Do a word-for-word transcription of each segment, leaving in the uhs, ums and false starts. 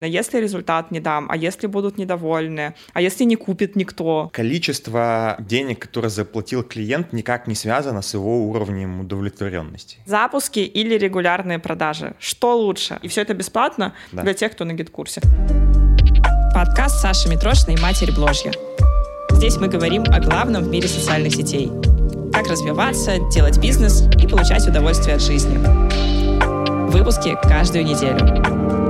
А если результат не дам, а если будут недовольны, а если не купит никто? Количество денег, которое заплатил клиент, никак не связано с его уровнем удовлетворенности. Запуски или регулярные продажи? Что лучше? И все это бесплатно да. для тех, кто на гид-курсе. Подкаст Саши Митрошиной «Матерь Бложья». Здесь мы говорим о главном в мире социальных сетей. Как развиваться, делать бизнес и получать удовольствие от жизни. Выпуски каждую неделю.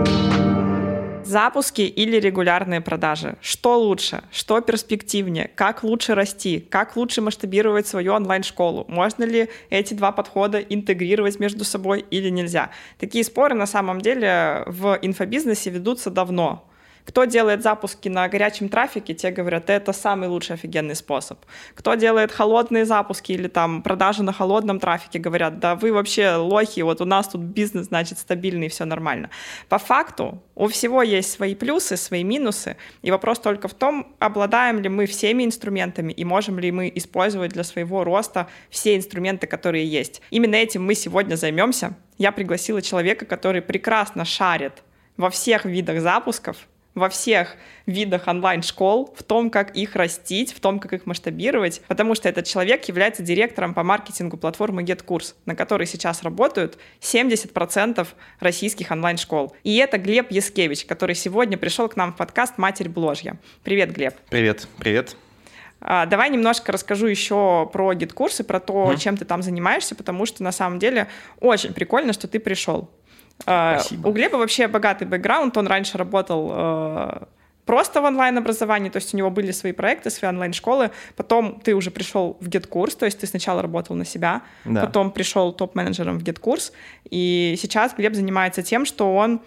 Запуски или регулярные продажи? Что лучше? Что перспективнее? Как лучше расти? Как лучше масштабировать свою онлайн-школу? Можно ли эти два подхода интегрировать между собой или нельзя? Такие споры на самом деле в инфобизнесе ведутся давно. Кто делает запуски на горячем трафике, те говорят, это самый лучший офигенный способ. Кто делает холодные запуски или там продажи на холодном трафике, говорят, да вы вообще лохи, вот у нас тут бизнес, значит, стабильный, все нормально. По факту у всего есть свои плюсы, свои минусы, и вопрос только в том, обладаем ли мы всеми инструментами и можем ли мы использовать для своего роста все инструменты, которые есть. Именно этим мы сегодня займемся. Я пригласила человека, который прекрасно шарит во всех видах запусков, во всех видах онлайн-школ, в том, как их растить, в том, как их масштабировать, потому что этот человек является директором по маркетингу платформы GetCourse, на которой сейчас работают семьдесят процентов российских онлайн-школ. И это Глеб Яскевич, который сегодня пришел к нам в подкаст «Матерь Бложья». Привет, Глеб. Привет, привет. А, давай немножко расскажу еще про GetCourse и про то, mm. чем ты там занимаешься, потому что на самом деле очень прикольно, что ты пришел. Спасибо. У Глеба вообще богатый бэкграунд, он раньше работал э, просто в онлайн-образовании, то есть у него были свои проекты, свои онлайн-школы, потом ты уже пришел в GetCourse, то есть ты сначала работал на себя, да. потом пришел топ-менеджером в GetCourse, и сейчас Глеб занимается тем, что он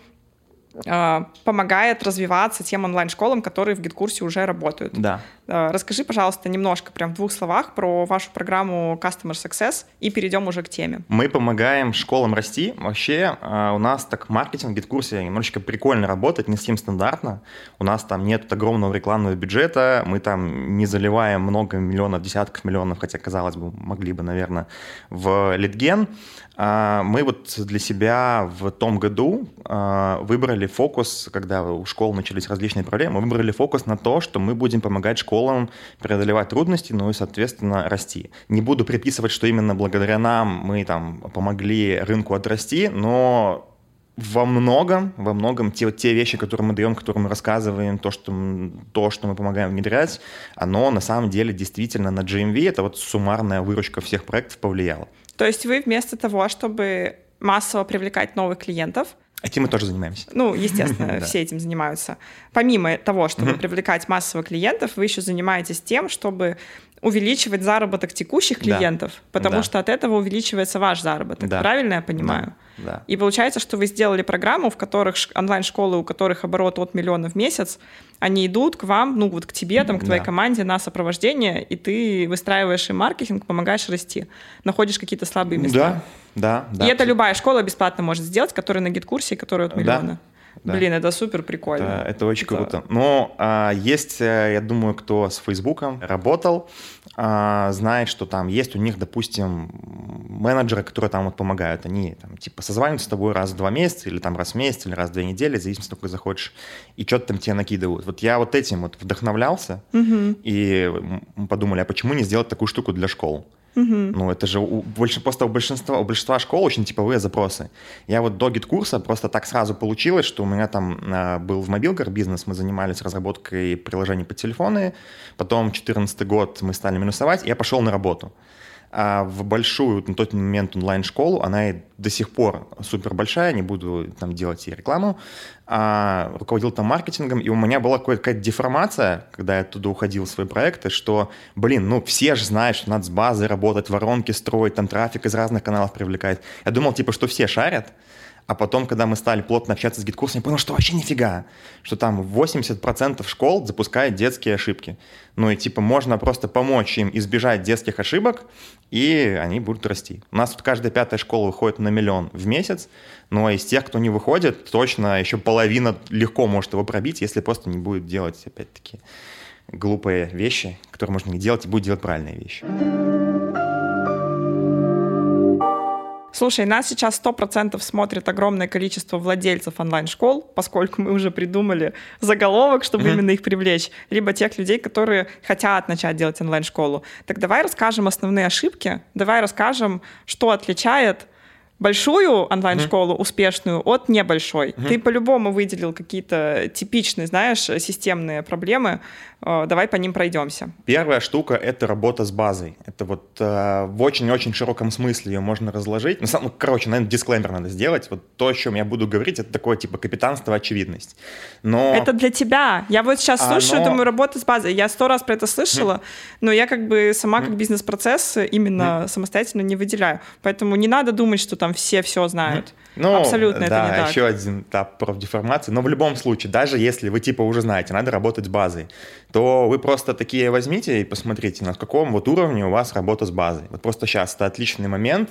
э, помогает развиваться тем онлайн-школам, которые в GetCourse уже работают. Да. Э, расскажи, пожалуйста, немножко, прям в двух словах про вашу программу Customer Success и перейдем уже к теме. Мы помогаем школам расти. Вообще э, у нас так маркетинг в GetCourse немножечко прикольно работает, не совсем стандартно. У нас там нет огромного рекламного бюджета, мы там не заливаем много миллионов, десятков миллионов, хотя, казалось бы, могли бы, наверное, в лидген. Э, мы вот для себя в том году э, выбрали фокус, когда у школ начались различные проблемы, мы выбрали фокус на то, что мы будем помогать школам преодолевать трудности, ну и, соответственно, расти. Не буду приписывать, что именно благодаря нам мы там помогли рынку отрасти, но во многом, во многом те, те вещи, которые мы даем, которые мы рассказываем, то что, то, что мы помогаем внедрять, оно на самом деле действительно на джи эм ви, это вот суммарная выручка всех проектов повлияла. То есть вы вместо того, чтобы массово привлекать новых клиентов, этим мы тоже занимаемся. Ну, естественно, все этим занимаются. Помимо того, чтобы привлекать массово клиентов, вы еще занимаетесь тем, чтобы увеличивать заработок текущих клиентов, да. потому да. что от этого увеличивается ваш заработок. Да. Правильно я понимаю? Да. Да. И получается, что вы сделали программу, в которых онлайн-школы, у которых оборот от миллиона в месяц, они идут к вам, ну вот к тебе, там, к твоей да. команде на сопровождение, и ты выстраиваешь им маркетинг, помогаешь расти, находишь какие-то слабые места. Да, да. И да. это любая школа бесплатно может сделать, которая на GetCourse, которая от миллиона. Да. Да. Блин, это супер прикольно. Это, это очень это... круто. Но а, есть, я думаю, кто с Фейсбуком работал, а, знает, что там есть у них, допустим, менеджеры, которые там вот помогают. Они там типа созваниваются с тобой раз в два месяца, или там раз в месяц, или раз в две недели, в зависимости от того, как заходишь, и что-то там тебе накидывают. Вот я вот этим вот вдохновлялся, угу. и мы подумали, а почему не сделать такую штуку для школ? Uh-huh. Ну, это же у, больше, просто у большинства, у большинства школ очень типовые запросы. Я вот до GetCourse просто так сразу получилось, что у меня там а, был в мобилках бизнес, мы занимались разработкой приложений под телефоны, потом четырнадцатый год мы стали минусовать, и я пошел на работу. А в большую на тот момент онлайн-школу, она и до сих пор супер большая, не буду там делать ей рекламу, а, руководил там маркетингом, и у меня была какая-то деформация, когда я оттуда уходил в свои проекты, что, блин, ну все же знают, что надо с базой работать, воронки строить, там трафик из разных каналов привлекать. Я думал, типа, что все шарят. А потом, когда мы стали плотно общаться с GetCourse, я понял, что вообще нифига, что там восемьдесят процентов школ запускают детские ошибки. Ну и типа можно просто помочь им избежать детских ошибок, и они будут расти. У нас тут каждая пятая школа выходит на миллион в месяц, но из тех, кто не выходит, точно еще половина легко может его пробить, если просто не будет делать, опять-таки, глупые вещи, которые можно не делать, и будет делать правильные вещи. Слушай, нас сейчас сто процентов смотрит огромное количество владельцев онлайн-школ, поскольку мы уже придумали заголовок, чтобы mm-hmm. именно их привлечь, либо тех людей, которые хотят начать делать онлайн-школу. Так давай расскажем основные ошибки, давай расскажем, что отличает большую онлайн-школу, mm-hmm. успешную, от небольшой. Mm-hmm. Ты по-любому выделил какие-то типичные, знаешь, системные проблемы. Давай по ним пройдемся. Первая штука — это работа с базой. Это вот э, в очень-очень широком смысле ее можно разложить. Ну, сам, ну, короче, наверное, дисклеймер надо сделать. Вот то, о чем я буду говорить, это такое типа капитанство, очевидность. Но... Это для тебя. Я вот сейчас слушаю, а, но... думаю, работа с базой. Я сто раз про это слышала, mm. но я как бы сама mm. как бизнес-процесс именно mm. самостоятельно не выделяю. Поэтому не надо думать, что там все все знают. Mm. Ну, абсолютно да, это не так. еще один этап профдеформации. Но в любом случае, даже если вы типа уже знаете, надо работать с базой, то вы просто такие возьмите и посмотрите, на каком вот уровне у вас работа с базой. Вот просто сейчас это отличный момент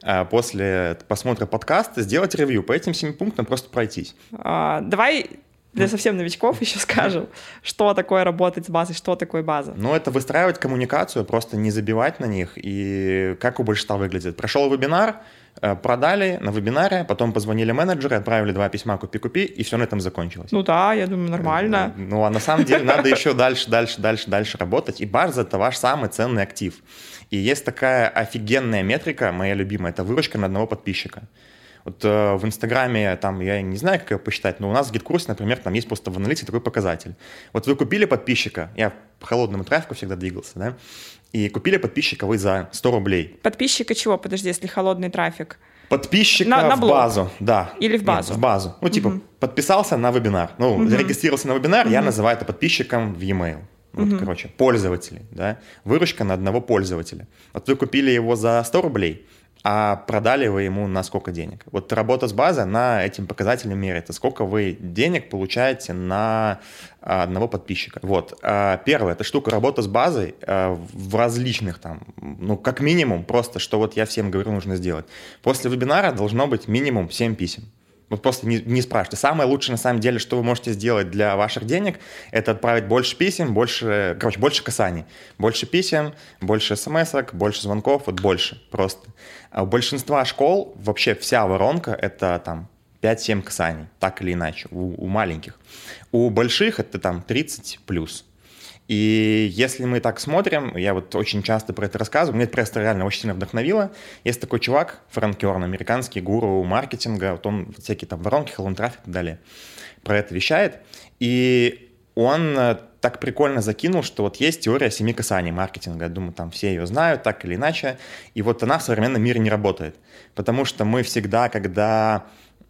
после просмотра подкаста сделать ревью по этим семи пунктам, просто пройтись. А, давай для совсем новичков еще скажем, что такое работать с базой, что такое база. Ну, это выстраивать коммуникацию, просто не забивать на них. И как у большинства выглядит. Прошел вебинар, продали на вебинаре, потом позвонили менеджеры, отправили два письма «Купи-купи», и все на этом закончилось. Ну да, я думаю, нормально. Ну, а на самом деле надо еще дальше, дальше, дальше, дальше работать. И база — это ваш самый ценный актив. И есть такая офигенная метрика, моя любимая, это выручка на одного подписчика. Вот э, в Инстаграме, там, я не знаю, как ее посчитать, но у нас в GitKurse, например, там есть просто в аналитике такой показатель. Вот вы купили подписчика, я по холодному трафику всегда двигался, да, и купили подписчика вы за сто рублей. Подписчика чего? Подожди, если холодный трафик. Подписчика на, на в базу, да. Или в базу? Нет, в базу. Ну, типа, угу. подписался на вебинар. Ну, угу. зарегистрировался на вебинар, угу. я называю это подписчиком в e-mail. Вот, угу. короче, пользователи, да. Выручка на одного пользователя. Вот вы купили его за сто рублей, а продали вы ему на сколько денег? Вот работа с базой, она этим показателем меряется. Сколько вы денег получаете на одного подписчика. Вот. Первое, это штука работа с базой в различных там, ну, как минимум, просто, что вот я всем говорю, нужно сделать. После вебинара должно быть минимум семь писем. Вот просто не, не спрашивайте. Самое лучшее, на самом деле, что вы можете сделать для ваших денег, это отправить больше писем, больше, короче, больше касаний. Больше писем, больше смс-ок, больше звонков, вот больше просто. А у большинства школ вообще вся воронка — это там пять-семь касаний, так или иначе, у, у маленьких. У больших это там тридцать плюс. И если мы так смотрим, я вот очень часто про это рассказываю, мне это просто реально очень сильно вдохновило. Есть такой чувак, Фрэнк Керн, американский гуру маркетинга, вот он всякие там воронки, холодный трафик и так далее, про это вещает. И он так прикольно закинул, что вот есть теория семи касаний маркетинга. Я думаю, там все ее знают так или иначе. И вот она в современном мире не работает. Потому что мы всегда, когда...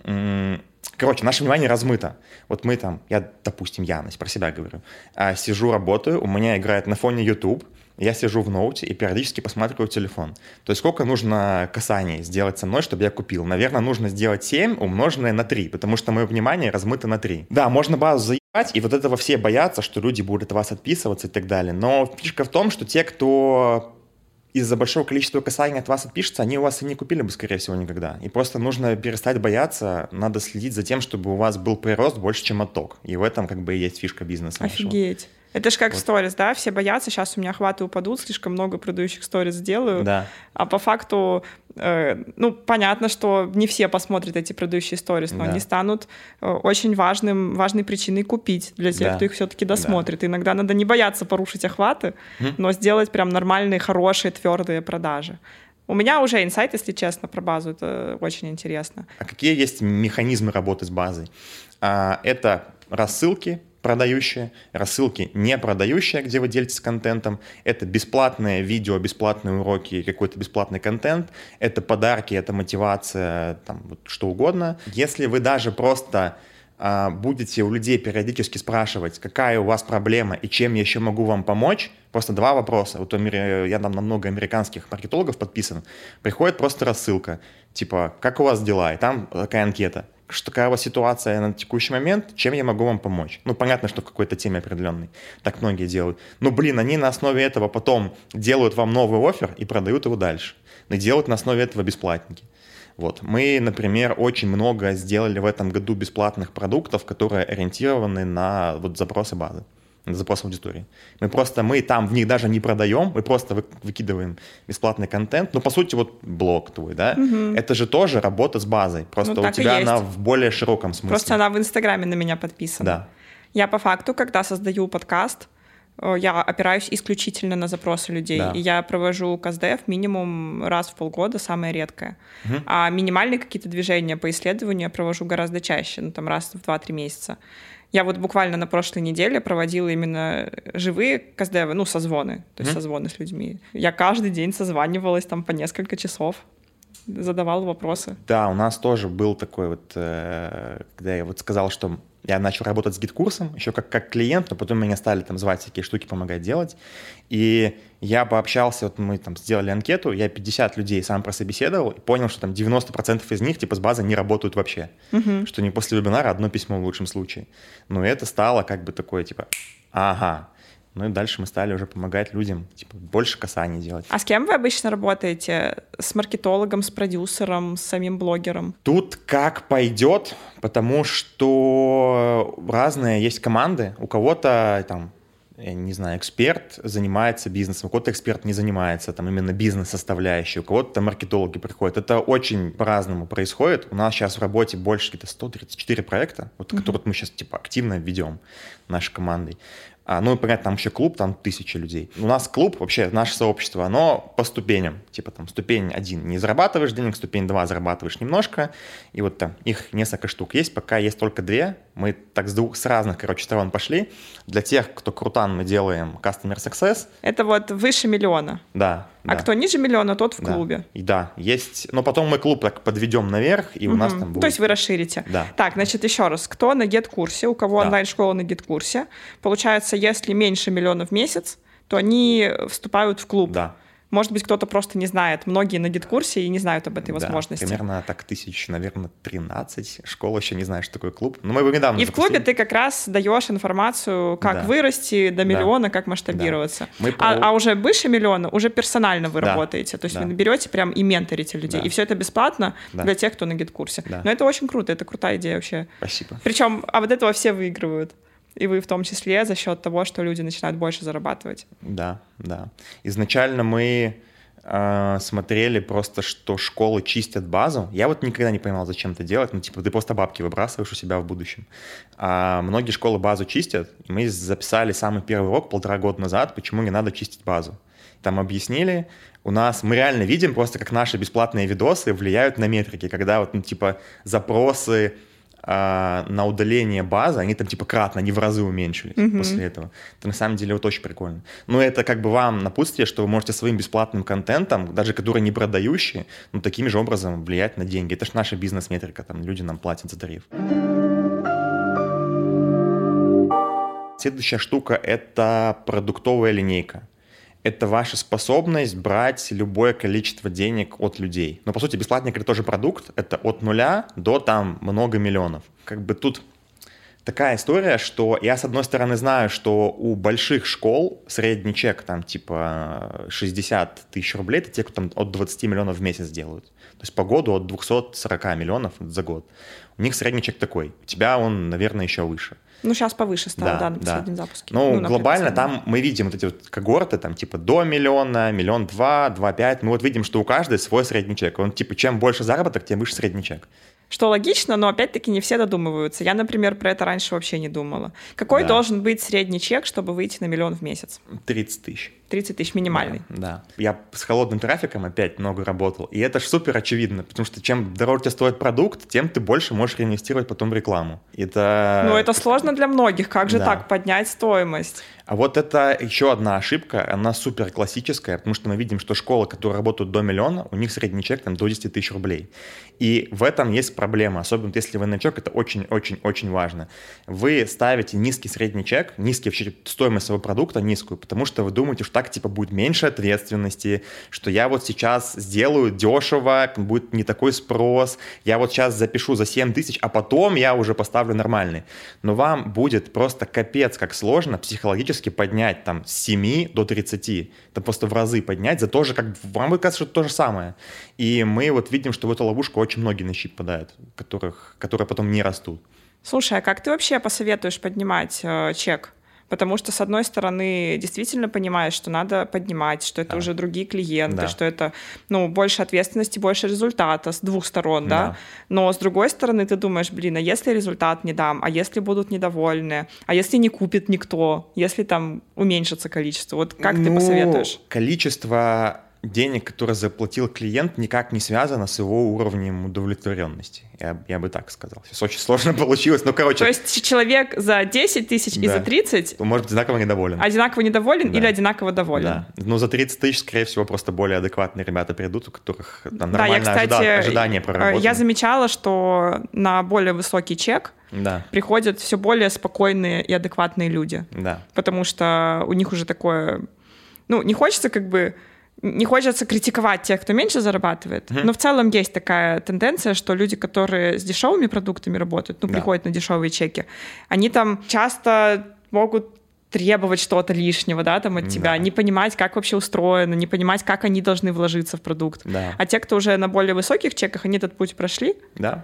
М- Короче, наше внимание размыто. Вот мы там, я, допустим, я про себя говорю, сижу, работаю, у меня играет на фоне YouTube, я сижу в ноуте и периодически посматриваю телефон. То есть сколько нужно касаний сделать со мной, чтобы я купил? Наверное, нужно сделать семь, умноженное на три, потому что мое внимание размыто на три. Да, можно базу заебать, и вот этого все боятся, что люди будут от вас отписываться и так далее. Но фишка в том, что те, кто... из-за большого количества касаний от вас отпишется, они у вас и не купили бы, скорее всего, никогда. И просто нужно перестать бояться, надо следить за тем, чтобы у вас был прирост больше, чем отток. И в этом как бы и есть фишка бизнеса. Офигеть. Нашего. Это же как вот. Сторис, да? Все боятся, сейчас у меня охваты упадут, слишком много продающих сторис сделаю. Да. А по факту, э, ну, понятно, что не все посмотрят эти продающие сторис, но да. они станут э, очень важным, важной причиной купить для тех, да. кто их все-таки досмотрит. Да. Иногда надо не бояться порушить охваты, mm. но сделать прям нормальные, хорошие, твердые продажи. У меня уже инсайт, если честно, про базу. Это очень интересно. А какие есть механизмы работы с базой? А, это рассылки, продающие, рассылки не продающие, где вы делитесь контентом, это бесплатные видео, бесплатные уроки, какой-то бесплатный контент, это подарки, это мотивация, там, вот, что угодно. Если вы даже просто а, будете у людей периодически спрашивать, какая у вас проблема и чем я еще могу вам помочь, просто два вопроса. Вот я там на много американских маркетологов подписан, приходит просто рассылка, типа, как у вас дела? И там такая анкета. Что такая у вас ситуация на текущий момент, чем я могу вам помочь? Ну, понятно, что в какой-то теме определенной. Так многие делают. Но, блин, они на основе этого потом делают вам новый оффер и продают его дальше. И делают на основе этого бесплатники. Вот. Мы, например, очень много сделали в этом году бесплатных продуктов, которые ориентированы на вот, запросы базы. на запрос аудитории. Мы просто, мы там в них даже не продаем, мы просто вы, выкидываем бесплатный контент. Ну, по сути, вот блог твой, да, угу. это же тоже работа с базой. Просто ну, у тебя она в более широком смысле. Просто она в Инстаграме на меня подписана. Да. Я по факту, когда создаю подкаст, я опираюсь исключительно на запросы людей. Да. И я провожу КСДФ минимум раз в полгода, самое редкое. Угу. А минимальные какие-то движения по исследованию я провожу гораздо чаще, ну там раз в два-три месяца. Я вот буквально на прошлой неделе проводила именно живые КСДФ, ну, созвоны, то есть mm-hmm. созвоны с людьми. Я каждый день созванивалась там по несколько часов, задавала вопросы. Да, у нас тоже был такой вот, э, когда я вот сказал, что я начал работать с гид-курсом, еще как, как клиент, но потом меня стали там звать всякие штуки, помогать делать. И я пообщался, вот мы там сделали анкету, я пятьдесят людей сам прособеседовал и понял, что там девяносто процентов из них типа с базой не работают вообще. Угу. Что не после вебинара одно письмо в лучшем случае. Но это стало как бы такое типа, ага. Ну и дальше мы стали уже помогать людям, типа, больше касаний делать. А с кем вы обычно работаете? С маркетологом, с продюсером, с самим блогером? Тут как пойдет, потому что разные есть команды. У кого-то там, я не знаю, эксперт занимается бизнесом, у кого-то эксперт не занимается, там именно бизнес-составляющей, у кого-то там маркетологи приходят. Это очень по-разному происходит. У нас сейчас в работе больше где-то сто тридцать четыре проекта, вот, mm-hmm. которые мы сейчас типа активно ведем нашей командой. А, ну, понятно, там еще клуб, там тысячи людей. У нас клуб, вообще наше сообщество, оно по ступеням. Типа там ступень один не зарабатываешь денег, ступень два зарабатываешь немножко. И вот там их несколько штук есть, пока есть только две. Мы так с двух, с разных, короче, сторон пошли. Для тех, кто крутан, мы делаем Customer Success. Это вот выше миллиона. Да. А да. Кто ниже миллиона, тот в да. клубе. И да, есть. Но потом мы клуб так подведем наверх, и у угу. нас там будет. То есть вы расширите. Да. Так, значит, еще раз. Кто на гет-курсе, у кого да. онлайн-школа на гет-курсе, получается, если меньше миллиона в месяц, то они вступают в клуб. Да. Может быть, кто-то просто не знает. Многие на гид-курсе и не знают об этой да, возможности. Примерно так тысяч, наверное, тринадцать. Школа еще не знает, что такое клуб. Но мы его недавно И запустили. в клубе ты как раз даешь информацию, как да. вырасти до миллиона, да. как масштабироваться. Да. Мы а, по... а уже выше миллиона, уже персонально вы да. работаете. То есть да. вы берете прям и менторите людей. Да. И все это бесплатно да. для тех, кто на гид-курсе. Да. Но это очень круто, это крутая идея вообще. Спасибо. Причем а вот этого все выигрывают. И вы в том числе за счет того, что люди начинают больше зарабатывать. Да, да. Изначально мы э, смотрели просто, что школы чистят базу. Я вот никогда не понимал, зачем это делать. Ну, типа, ты просто бабки выбрасываешь у себя в будущем. А многие школы базу чистят. И мы записали самый первый урок полтора года назад, почему не надо чистить базу. Там объяснили. У нас, мы реально видим просто, как наши бесплатные видосы влияют на метрики. Когда вот, ну, типа, запросы на удаление базы, они там типа кратно, они в разы уменьшились mm-hmm. после этого. Это на самом деле вот очень прикольно. Но это как бы вам напутствие, что вы можете своим бесплатным контентом, даже который не продающий, ну таким же образом влиять на деньги. Это же наша бизнес-метрика, там люди нам платят за тариф. Следующая штука – это продуктовая линейка. Это ваша способность брать любое количество денег от людей. Но, по сути, бесплатник — это тоже продукт. Это от нуля до там много миллионов. Как бы тут такая история, что я, с одной стороны, знаю, что у больших школ средний чек там типа шестьдесят тысяч рублей. Это те, кто там от двадцать миллионов в месяц делают. То есть по году от двести сорок миллионов за год. У них средний чек такой. У тебя он, наверное, еще выше. Ну, сейчас повыше стало, да, да на последнем да. запуске. Ну, ну глобально там мы видим вот эти вот когорты, там, типа, до миллиона, миллион два, два пять. Мы вот видим, что у каждой свой средний чек. Он, типа, чем больше заработок, тем выше средний чек. Что логично, но опять-таки не все додумываются. Я, например, про это раньше вообще не думала. Какой да. должен быть средний чек, чтобы выйти на миллион в месяц? тридцать тысяч. тридцать тысяч минимальный. Да, да. Я с холодным трафиком опять много работал. И это же супер очевидно, потому что чем дороже тебе стоит продукт, тем ты больше можешь реинвестировать потом в рекламу. Это... Ну, это сложно для многих. Как же да. так поднять стоимость? А вот это еще одна ошибка, она супер классическая, потому что мы видим, что школы, которые работают до миллиона, у них средний чек там до десять тысяч рублей. И в этом есть проблема, особенно если вы новичок, это очень-очень-очень важно. Вы ставите низкий средний чек, низкий вообще стоимость своего продукта, низкую, потому что вы думаете, что так типа будет меньше ответственности, что я вот сейчас сделаю дешево, будет не такой спрос, я вот сейчас запишу за семь тысяч, а потом я уже поставлю нормальный. Но вам будет просто капец как сложно психологически поднять там с семи до тридцати, там просто в разы поднять, за то же, как вам будет казаться, что это то же самое. И мы вот видим, что в эту ловушку очень многие новички попадают, которых, которые потом не растут. Слушай, а как ты вообще посоветуешь поднимать э, чек? Потому что, с одной стороны, действительно понимаешь, что надо поднимать, что это да. уже другие клиенты, да. что это ну, больше ответственности, больше результата с двух сторон, да. да? Но, с другой стороны, ты думаешь, блин, а если результат не дам, а если будут недовольны, а если не купит никто, если там уменьшится количество, вот как ну, ты посоветуешь? Количество денег, которые заплатил клиент, никак не связано с его уровнем удовлетворенности. Я, я бы так сказал. Сейчас очень сложно получилось, но короче... То есть человек за десять тысяч да. и за тридцать... Может быть, одинаково недоволен. Одинаково недоволен да. или одинаково доволен. Да. Но за тридцать тысяч, скорее всего, просто более адекватные ребята придут, у которых там нормальное да, я, кстати, ожида... ожидание проработано. Я замечала, что на более высокий чек да. приходят все более спокойные и адекватные люди. Да. Потому что у них уже такое... Ну, не хочется как бы... Не хочется критиковать тех, кто меньше зарабатывает, mm-hmm. но в целом есть такая тенденция, что люди, которые с дешевыми продуктами работают, ну, да. приходят на дешевые чеки, они там часто могут требовать что-то лишнего, да, там от тебя, да. не понимать, как вообще устроено, не понимать, как они должны вложиться в продукт. Да. А те, кто уже на более высоких чеках, они этот путь прошли, да.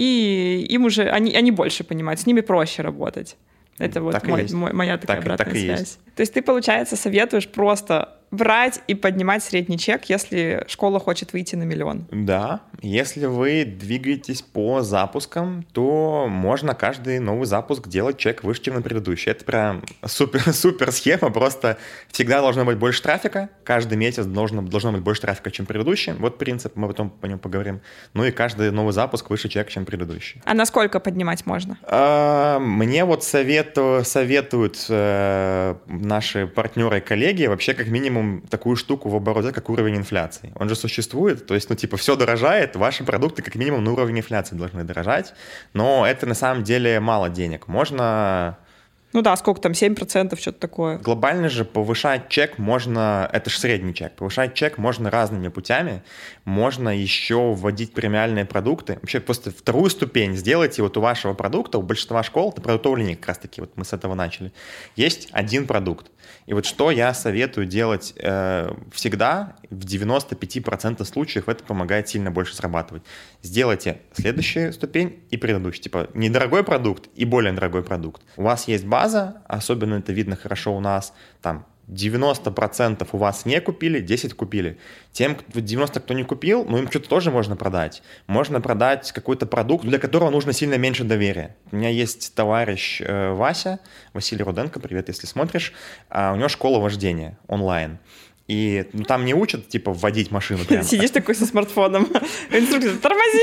и им уже, они, они больше понимают, с ними проще работать. Это вот мой, мой, моя такая так, обратная так связь. Есть. То есть ты, получается, советуешь просто брать и поднимать средний чек, если школа хочет выйти на миллион. Да, если вы двигаетесь по запускам, то можно каждый новый запуск делать чек выше, чем на предыдущий. Это прям супер, супер схема, просто всегда должно быть больше трафика, каждый месяц должно, должно быть больше трафика, чем предыдущий. Вот принцип, мы потом по нему поговорим. Ну и каждый новый запуск выше чек, чем предыдущий. А насколько поднимать можно? А, мне вот совету, советуют э, наши партнеры и коллеги вообще как минимум такую штуку в обороте, как уровень инфляции. Он же существует, то есть, ну, типа, все дорожает, ваши продукты как минимум на уровне инфляции должны дорожать, но это на самом деле мало денег. Можно... Ну да, сколько там, семь процентов, что-то такое. Глобально же повышать чек можно, это же средний чек, повышать чек можно разными путями. Можно еще вводить премиальные продукты. Вообще просто вторую ступень сделайте вот у вашего продукта, у большинства школ, это продуктовая линейка как раз таки, вот мы с этого начали. Есть один продукт. И вот что я советую делать э, всегда, в девяноста пяти процентах случаев это помогает сильно больше срабатывать. Сделайте следующую ступень и предыдущую. Типа недорогой продукт и более дорогой продукт. У вас есть база, особенно это видно хорошо у нас, там девяносто процентов у вас не купили, десять купили. Тем, девяносто кто не купил, ну им что-то тоже можно продать. Можно продать какой-то продукт, для которого нужно сильно меньше доверия. У меня есть товарищ э, Вася, Василий Руденко, привет, если смотришь. А у него школа вождения онлайн. И ну, там не учат, типа, вводить машину прямо. Сидишь такой со смартфоном, инструктор,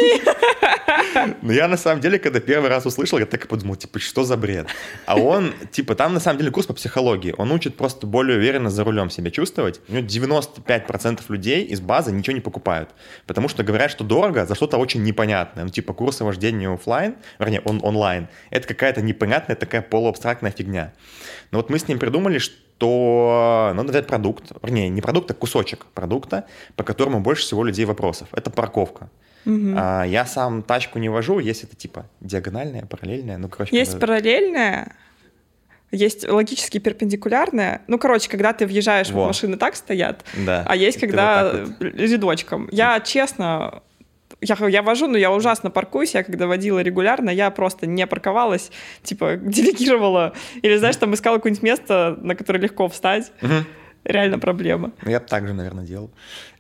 тормози! Ну, я на самом деле, когда первый раз услышал, я так и подумал, типа, что за бред? А он, типа, там на самом деле курс по психологии. Он учит просто более уверенно за рулем себя чувствовать. У него девяносто пять процентов людей из базы ничего не покупают. Потому что говорят, что дорого за что-то очень непонятное. Ну, типа, курсы вождения офлайн, вернее, он, онлайн, это какая-то непонятная такая полуабстрактная фигня. Но вот мы с ним придумали, что то надо взять продукт, вернее, не продукт, а кусочек продукта, по которому больше всего людей вопросов. Это парковка. Угу. А, я сам тачку не вожу, есть это типа диагональная, параллельная. Ну, короче, есть когда... параллельная, есть логически перпендикулярная. Ну, короче, когда ты въезжаешь, Во. вот машины так стоят, да. а есть, и когда вот вот... рядочком. Я, честно... Я, я вожу, но я ужасно паркуюсь. Я когда водила регулярно, я просто не парковалась, типа делегировала. Или, знаешь, там искала какое-нибудь место, на которое легко встать. Угу. Реально проблема. Я бы так же, наверное, делал.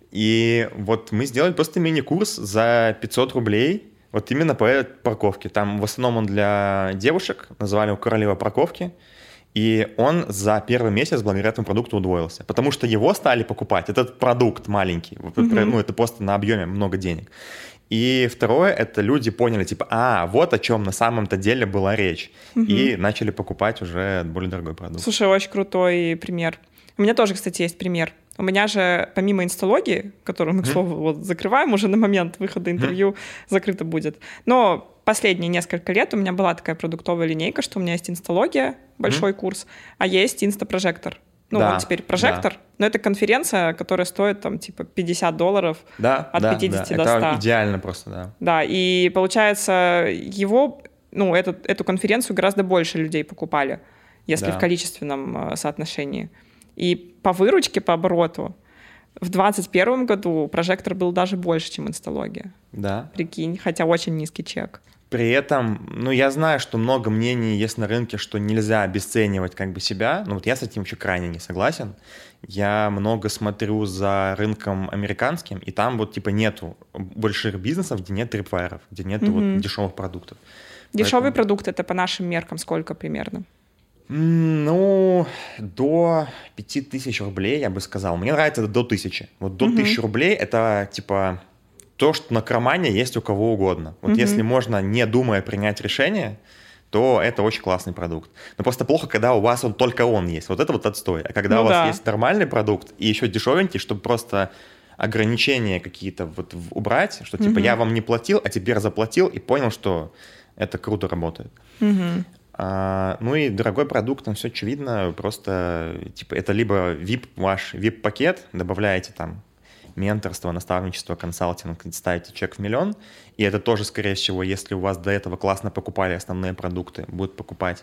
И вот мы сделали просто мини-курс за пятьсот рублей. Вот именно по этой парковке. Там в основном он для девушек. Назвали его «Королева парковки». И он за первый месяц благодаря этому продукту удвоился. Потому что его стали покупать, этот продукт маленький. Mm-hmm. Ну, это просто на объеме много денег. И второе, это люди поняли, типа, а, вот о чем на самом-то деле была речь. Mm-hmm. И начали покупать уже более дорогой продукт. Слушай, очень крутой пример. У меня тоже, кстати, есть пример. У меня же, помимо инсталогии, которую мы, к слову, mm-hmm. вот, закрываем, уже на момент выхода интервью mm-hmm. закрыто будет. Но последние несколько лет у меня была такая продуктовая линейка, что у меня есть инсталогия, большой mm-hmm. курс, а есть инстапрожектор. Ну, да, вот теперь прожектор, да. но это конференция, которая стоит там типа пятьдесят долларов да, от да, пятидесяти да. до ста. Это идеально просто, да. Да, и получается, его, ну, эту, эту конференцию гораздо больше людей покупали, если да. в количественном соотношении. И по выручке, по обороту в двадцать первом году прожектор был даже больше, чем инсталогия. Да. Прикинь, хотя очень низкий чек. При этом, ну, я знаю, что много мнений есть на рынке, что нельзя обесценивать как бы себя. Ну, вот я с этим вообще крайне не согласен. Я много смотрю за рынком американским, и там вот типа нету больших бизнесов, где нет трипвайеров, где нету mm-hmm. вот дешевых продуктов. Дешевый Поэтому... продукт — это по нашим меркам сколько примерно? Ну, до пяти тысяч рублей, я бы сказал. Мне нравится это до тысячи. Вот до mm-hmm. тысячи рублей это типа... то, что на кармане есть у кого угодно. Вот mm-hmm. если можно, не думая, принять решение, то это очень классный продукт. Но просто плохо, когда у вас он, только он есть. Вот это вот отстой. А когда ну, у вас да. есть нормальный продукт и еще дешевенький, чтобы просто ограничения какие-то вот убрать, что типа mm-hmm. я вам не платил, а теперь заплатил и понял, что это круто работает. Mm-hmm. А, ну и дорогой продукт, там все очевидно. Просто типа это либо ви ай пи, ваш ви ай пи-пакет, добавляете там менторство, наставничество, консалтинг, ставите чек в миллион, и это тоже, скорее всего, если у вас до этого классно покупали основные продукты, будут покупать.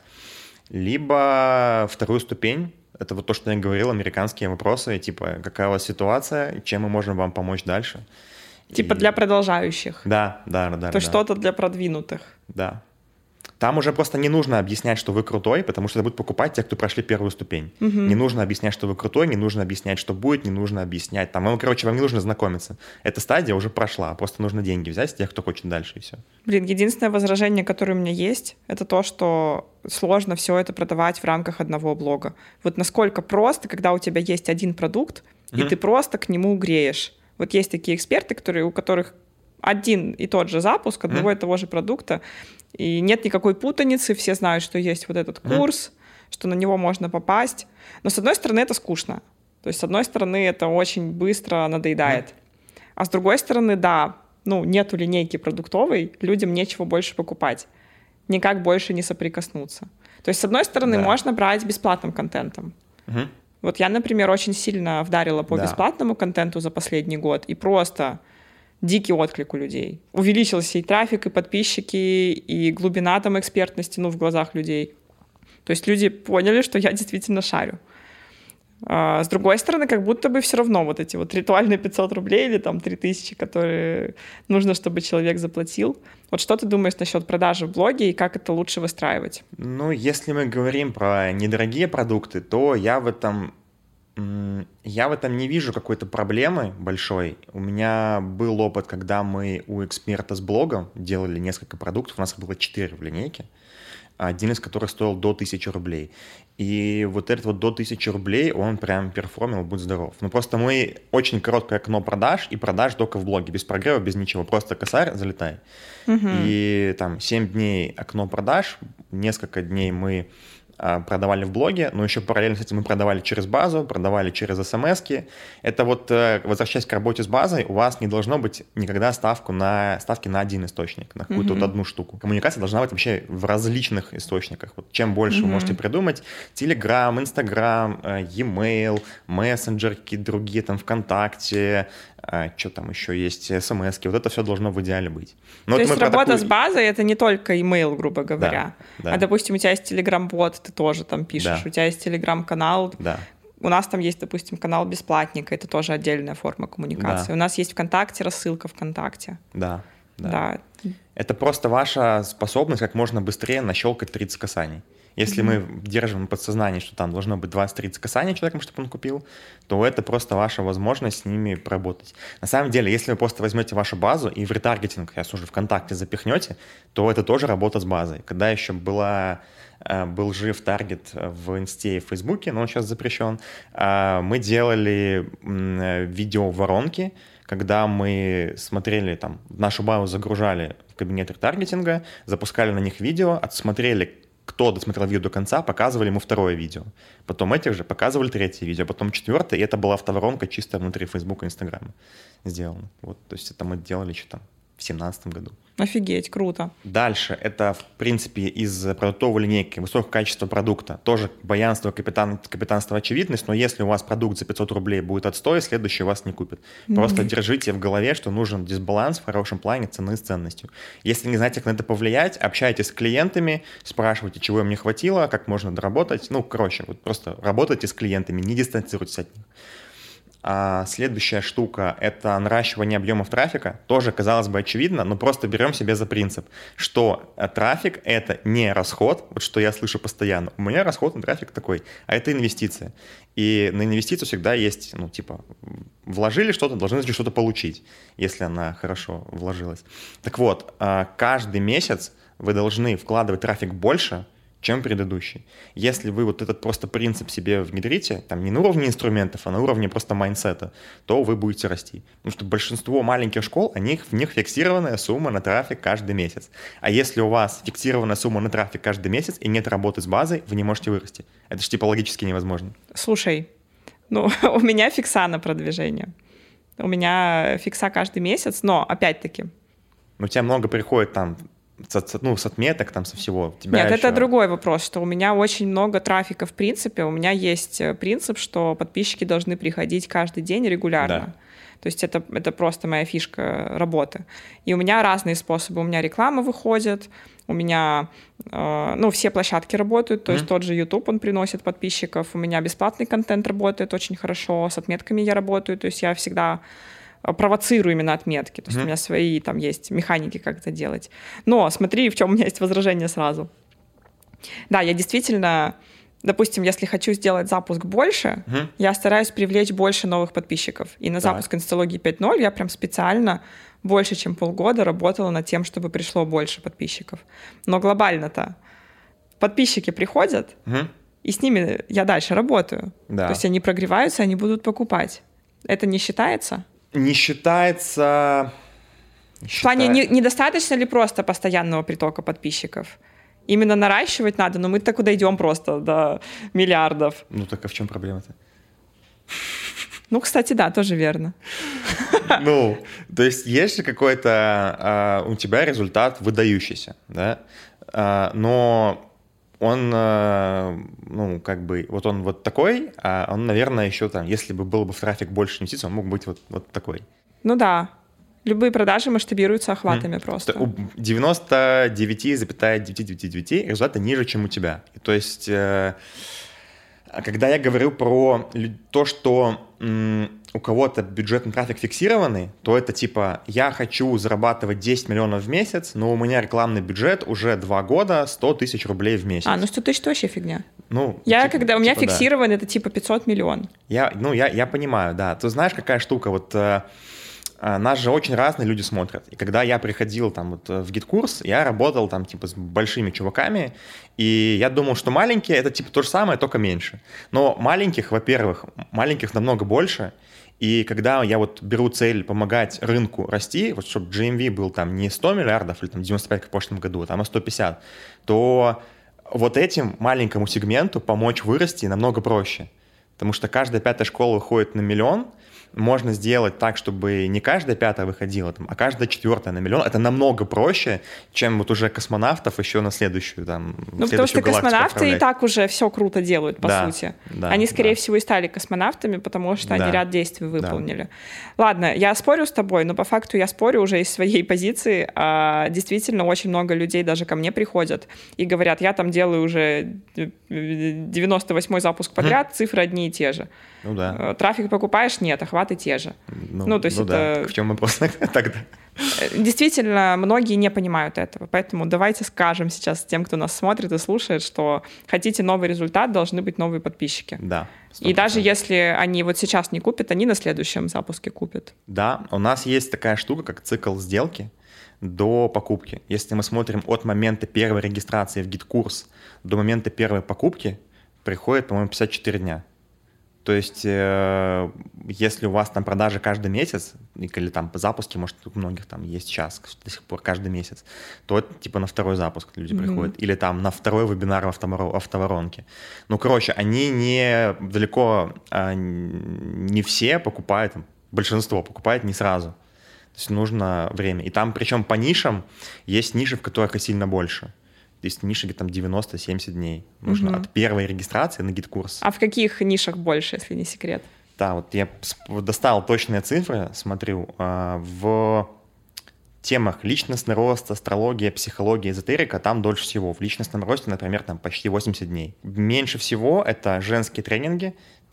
Либо вторую ступень, это вот то, что я говорил, американские вопросы, типа, какая у вас ситуация, чем мы можем вам помочь дальше. Типа и... для продолжающих. Да, да, да. То да. что-то для продвинутых. Да. Там уже просто не нужно объяснять, что вы крутой, потому что это будут покупать те, кто прошли первую ступень. Угу. Не нужно объяснять, что вы крутой, не нужно объяснять, что будет, не нужно объяснять. Там, ну, короче, вам не нужно знакомиться. Эта стадия уже прошла, просто нужно деньги взять с тех, кто хочет дальше, и все. Блин, единственное возражение, которое у меня есть, это то, что сложно все это продавать в рамках одного блога. Вот насколько просто, когда у тебя есть один продукт, угу. и ты просто к нему греешь. Вот есть такие эксперты, которые, у которых один и тот же запуск одного mm. и того же продукта, и нет никакой путаницы, все знают, что есть вот этот курс, mm. что на него можно попасть. Но, с одной стороны, это скучно. То есть, с одной стороны, это очень быстро надоедает. Mm. А с другой стороны, да, ну, нету линейки продуктовой, людям нечего больше покупать. Никак больше не соприкоснуться. То есть, с одной стороны, да. можно брать бесплатным контентом. Mm-hmm. Вот я, например, очень сильно вдарила по да. бесплатному контенту за последний год, и просто... дикий отклик у людей. Увеличился и трафик, и подписчики, и глубина там экспертности, ну, в глазах людей. То есть люди поняли, что я действительно шарю. А с другой стороны, как будто бы все равно вот эти вот ритуальные пятьсот рублей или там три тысячи, которые нужно, чтобы человек заплатил. Вот что ты думаешь насчет продажи в блоге и как это лучше выстраивать? Ну, если мы говорим про недорогие продукты, то я в этом... Я в этом не вижу какой-то проблемы большой. У меня был опыт, когда мы у эксперта с блогом делали несколько продуктов. У нас было четыре в линейке, один из которых стоил до тысячи рублей. И вот этот вот до тысячи рублей, он прям перформил, будь здоров. Ну просто мы очень короткое окно продаж, и продаж только в блоге, без прогрева, без ничего. Просто косарь, залетай. Угу. И там семь дней окно продаж, несколько дней мы... продавали в блоге, но еще параллельно с этим мы продавали через базу, продавали через смс-ки. Это вот, возвращаясь к работе с базой, у вас не должно быть никогда ставку на, ставки на один источник, на какую-то mm-hmm. вот одну штуку. Коммуникация должна быть вообще в различных источниках. Вот чем больше mm-hmm. вы можете придумать, Telegram, Instagram, e-mail, мессенджер, какие-то другие, там, ВКонтакте, что там еще есть, смс-ки, вот это все должно в идеале быть. Но То есть работа такую... с базой — это не только email, грубо говоря. Да, да. А, допустим, у тебя есть Telegram-бот, ты тоже там пишешь, да. у тебя есть Telegram-канал. Да. У нас там есть, допустим, канал бесплатника, это тоже отдельная форма коммуникации. Да. У нас есть ВКонтакте, рассылка ВКонтакте. Да, да. да. Это просто ваша способность как можно быстрее нащелкать тридцать касаний. Если mm-hmm. мы держим в подсознании, что там должно быть двадцать-тридцать касаний человеком, чтобы он купил, то это просто ваша возможность с ними поработать. На самом деле, если вы просто возьмете вашу базу и в ретаргетинг, сейчас уже ВКонтакте запихнете, то это тоже работа с базой. Когда еще была, был жив таргет в Инсте и в Фейсбуке, но он сейчас запрещен, мы делали видео-воронки, когда мы смотрели, там, нашу базу загружали в кабинет ретаргетинга, запускали на них видео, отсмотрели, кто досмотрел видео до конца, показывали ему второе видео. Потом этих же показывали третье видео, потом четвертое, и это была автоворонка чисто внутри Фейсбука и Инстаграма сделана. Вот, то есть это мы делали еще там в семнадцатом году. Офигеть, круто. Дальше, это, в принципе, из продуктовой линейки высокое качество продукта. Тоже баянство, капитан, капитанство, очевидность, но если у вас продукт за пятьсот рублей будет отстой, следующий вас не купит. Просто mm-hmm. держите в голове, что нужен дисбаланс в хорошем плане цены с ценностью. Если не знаете, как на это повлиять, общайтесь с клиентами, спрашивайте, чего им не хватило, как можно доработать. Ну, короче, вот просто работайте с клиентами, не дистанцируйтесь от них. А следующая штука — это наращивание объемов трафика. Тоже, казалось бы, очевидно, но просто берем себе за принцип, что трафик — это не расход, вот что я слышу постоянно. У меня расход на трафик такой, а это инвестиция. И на инвестицию всегда есть, ну, типа, вложили что-то, должны что-то получить, если она хорошо вложилась. Так вот, каждый месяц вы должны вкладывать трафик больше, чем предыдущий. Если вы вот этот просто принцип себе внедрите, там не на уровне инструментов, а на уровне просто майндсета, то вы будете расти. Потому что большинство маленьких школ, у них, в них фиксированная сумма на трафик каждый месяц. А если у вас фиксированная сумма на трафик каждый месяц и нет работы с базой, вы не можете вырасти. Это же типа логически невозможно. Слушай, ну у меня фикса на продвижение. У меня фикса каждый месяц, но опять-таки... У тебя много приходит там... ну, с отметок, там, со всего. Тебя Нет, еще... это другой вопрос, что у меня очень много трафика в принципе. У меня есть принцип, что подписчики должны приходить каждый день регулярно. Да. То есть это, это просто моя фишка работы. И у меня разные способы. У меня реклама выходит, у меня э, ну, все площадки работают, то mm-hmm. есть тот же YouTube, он приносит подписчиков, у меня бесплатный контент работает очень хорошо, с отметками я работаю, то есть я всегда... провоцирую именно отметки. То есть mm-hmm. у меня свои там есть механики, как это делать. Но смотри, в чем у меня есть возражение сразу. Да, я действительно, допустим, если хочу сделать запуск больше, mm-hmm. я стараюсь привлечь больше новых подписчиков. И на так. запуск инсталогии пять ноль я прям специально больше, чем полгода работала над тем, чтобы пришло больше подписчиков. Но глобально-то подписчики приходят, mm-hmm. и с ними я дальше работаю. Да. То есть они прогреваются, они будут покупать. Это не считается? Не считается... В плане, не, недостаточно ли просто постоянного притока подписчиков? Именно наращивать надо, но мы-то куда идем просто до миллиардов. Ну так а в чем проблема-то? Ну, кстати, да, тоже верно. Ну, то есть есть же какой-то а, у тебя результат выдающийся, да? А, но он, а, ну, как бы, вот он вот такой, а он, наверное, еще там, если бы был бы в трафик больше инвестиций, он мог быть вот, вот такой. Ну да. Любые продажи масштабируются охватами mm. просто. У девяносто девять целых девять десятых девять результаты ниже, чем у тебя. То есть, э, когда я говорю про то, что м, у кого-то бюджетный трафик фиксированный, то это типа, я хочу зарабатывать десять миллионов в месяц, но у меня рекламный бюджет уже два года, сто тысяч рублей в месяц. А, ну сто тысяч это вообще фигня. Ну, я, типа, когда у меня типа, фиксирован, да. это типа пятьсот миллионов. Я, ну, я, я понимаю, да. Ты знаешь, какая штука, вот... Э, нас же очень разные люди смотрят. И когда я приходил там вот в гид-курс, я работал там типа с большими чуваками, и я думал, что маленькие — это типа то же самое, только меньше. Но маленьких, во-первых, маленьких намного больше, и когда я вот беру цель помогать рынку расти, вот чтобы джи эм ви был там не сто миллиардов или там девяносто пять, как в прошлом году, а там а сто пятьдесят, то вот этим маленькому сегменту помочь вырасти намного проще. Потому что каждая пятая школа выходит на миллион, можно сделать так, чтобы не каждая пятая выходила, там, а каждая четвертая на миллион. Это намного проще, чем вот уже космонавтов еще на следующую, там, ну, потому что космонавты и так уже все круто делают, по да, сути. Да, они, скорее да. всего, и стали космонавтами, потому что да. они ряд действий выполнили. Да. Ладно, я спорю с тобой, но по факту я спорю уже из своей позиции. А действительно, очень много людей даже ко мне приходят и говорят, я там делаю уже девяносто восьмой запуск подряд, mm. цифры одни и те же. Ну да. Трафик покупаешь? Нет, охваты те же. Ну, ну то есть ну это... да. В чем вопрос тогда? Действительно, многие не понимают этого, поэтому давайте скажем сейчас тем, кто нас смотрит и слушает, что хотите новый результат, должны быть новые подписчики. Да. сто процентов. И даже если они вот сейчас не купят, они на следующем запуске купят. Да, у нас есть такая штука, как цикл сделки до покупки. Если мы смотрим от момента первой регистрации в гид-курс до момента первой покупки, приходит, по-моему, пятьдесят четыре дня. То есть, э, если у вас там продажи каждый месяц, или там по запуске, может, у многих там есть час до сих пор каждый месяц, то это типа на второй запуск люди mm-hmm. приходят. Или там на второй вебинар в автоворонке. Ну, короче, они не далеко, а, не все покупают, большинство покупает не сразу. То есть нужно время. И там, причем по нишам, есть ниши, в которых и сильно больше. Есть ниши, где там девяносто-семьдесят дней. Нужно угу. от первой регистрации на гид-курс. А в каких нишах больше, если не секрет? Да, вот я достал точные цифры, смотрю. В темах личностный рост, астрология, психология, эзотерика там дольше всего. В личностном росте, например, там почти восемьдесят дней. Меньше всего это женские тренинги,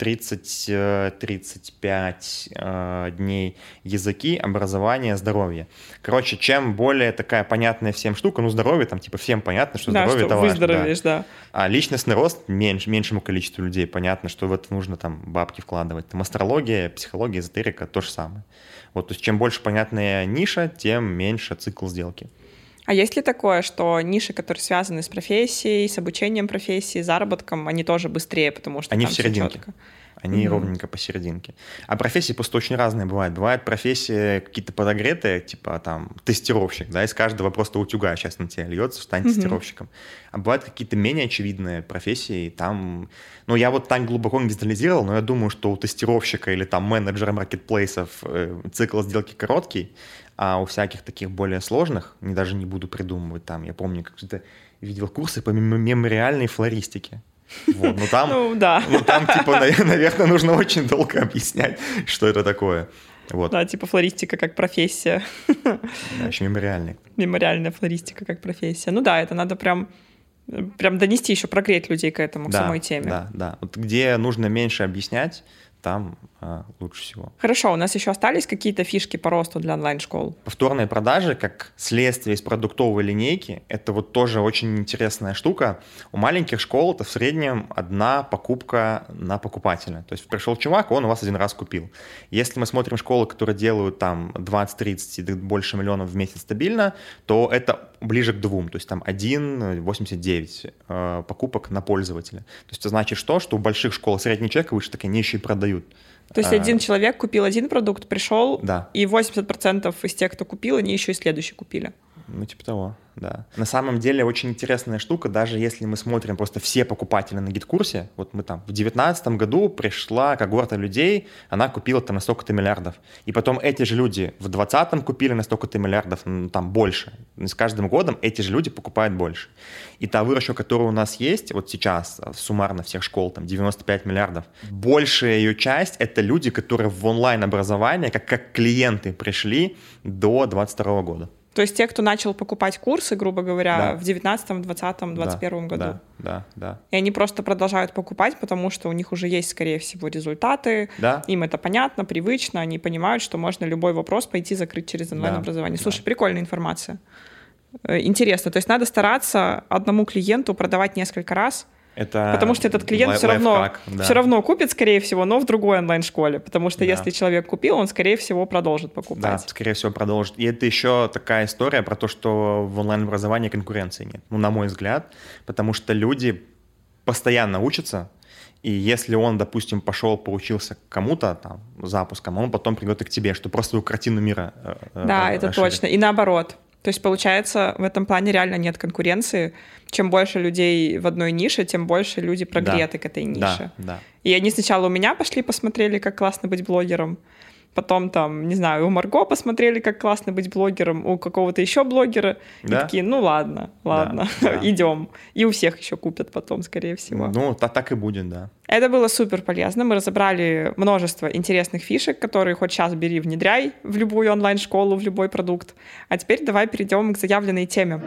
тридцать-тридцать пять дней языки, образование, здоровье. Короче, чем более такая понятная всем штука, ну, здоровье, там, типа, всем понятно, что да, здоровье что это важно. Выздоровеешь, да. да. А личностный рост меньше, меньшему количеству людей понятно, что в это нужно там бабки вкладывать. Там астрология, психология, эзотерика — то же самое. Вот, то есть чем больше понятная ниша, тем меньше цикл сделки. А есть ли такое, что ниши, которые связаны с профессией, с обучением профессии, заработком, они тоже быстрее, потому что они там в серединке. Четко? Они mm-hmm. ровненько посерединке. А профессии просто очень разные бывают. Бывают профессии какие-то подогретые, типа там тестировщик, да, из каждого просто утюга сейчас на тебя льется, стань mm-hmm. тестировщиком. А бывают какие-то менее очевидные профессии, там, ну, я вот так глубоко не детализировал, но я думаю, что у тестировщика или там менеджера маркетплейсов э, цикл сделки короткий, а у всяких таких более сложных, не, даже не буду придумывать там, я помню, как-то видел курсы по мемориальной флористике. Вот, ну, там, ну, да. ну там, типа, наверное, нужно очень долго объяснять, что это такое. Вот. Да, типа флористика как профессия. Да, еще мемориальная. Мемориальная флористика как профессия. Ну да, это надо прям, прям донести, еще прогреть людей к этому, к да, самой теме. Да, да. Вот где нужно меньше объяснять, там а, лучше всего. Хорошо, у нас еще остались какие-то фишки по росту для онлайн-школ? Повторные продажи, как следствие из продуктовой линейки, это вот тоже очень интересная штука. У маленьких школ это в среднем одна покупка на покупателя. То есть пришел чувак, он у вас один раз купил. Если мы смотрим школы, которые делают там двадцать-тридцать и больше миллионов в месяц стабильно, то это ближе к двум, то есть там один целых восемьдесят девять э, покупок на пользователя. То есть это значит что? Что у больших школ средний чек выше, так они еще и продают. То есть один человек купил один продукт, пришел, да. и восемьдесят процентов из тех, кто купил, они еще и следующий купили. Ну, типа того, да. На самом деле очень интересная штука, даже если мы смотрим просто все покупатели на гид-курсе, вот мы там в две тысячи девятнадцатом году пришла когорта людей, она купила там на столько-то миллиардов, и потом эти же люди в двадцатом купили на столько-то миллиардов, ну, там больше. И с каждым годом эти же люди покупают больше. И та выручка, которая у нас есть вот сейчас, суммарно всех школ, там девяносто пять миллиардов, большая ее часть — это люди, которые в онлайн-образование как, как клиенты пришли до двадцать второго года. То есть те, кто начал покупать курсы, грубо говоря, да. в девятнадцатом, двадцатом, двадцать первом да, году. Да, да, да. И они просто продолжают покупать, потому что у них уже есть, скорее всего, результаты. Да. Им это понятно, привычно. Они понимают, что можно любой вопрос пойти закрыть через онлайн-образование. Да, Слушай, да. прикольная информация. Интересно. То есть надо стараться одному клиенту продавать несколько раз, Это потому что этот клиент все равно, да. все равно купит, скорее всего, но в другой онлайн-школе. Потому что да. если человек купил, он, скорее всего, продолжит покупать. Да, скорее всего, продолжит. И это еще такая история про то, что в онлайн-образовании конкуренции нет. Ну, на мой взгляд, потому что люди постоянно учатся, и если он, допустим, пошел, поучился кому-то там запуском, он потом придет и к тебе, что просто свою картину мира э, Да, это расширит. точно. И наоборот. То есть, получается, в этом плане реально нет конкуренции. Чем больше людей в одной нише, тем больше люди прогреты да. к этой нише. Да, да. И они сначала у меня пошли, посмотрели, как классно быть блогером. Потом там, не знаю, у Марго посмотрели, как классно быть блогером, у какого-то еще блогера. Да? И такие, ну ладно, ладно, да, да. идем. И у всех еще купят потом, скорее всего. Ну, так, так и будет, да. Это было супер полезно. Мы разобрали множество интересных фишек, которые хоть сейчас бери, внедряй в любую онлайн-школу, в любой продукт. А теперь давай перейдем к заявленной теме.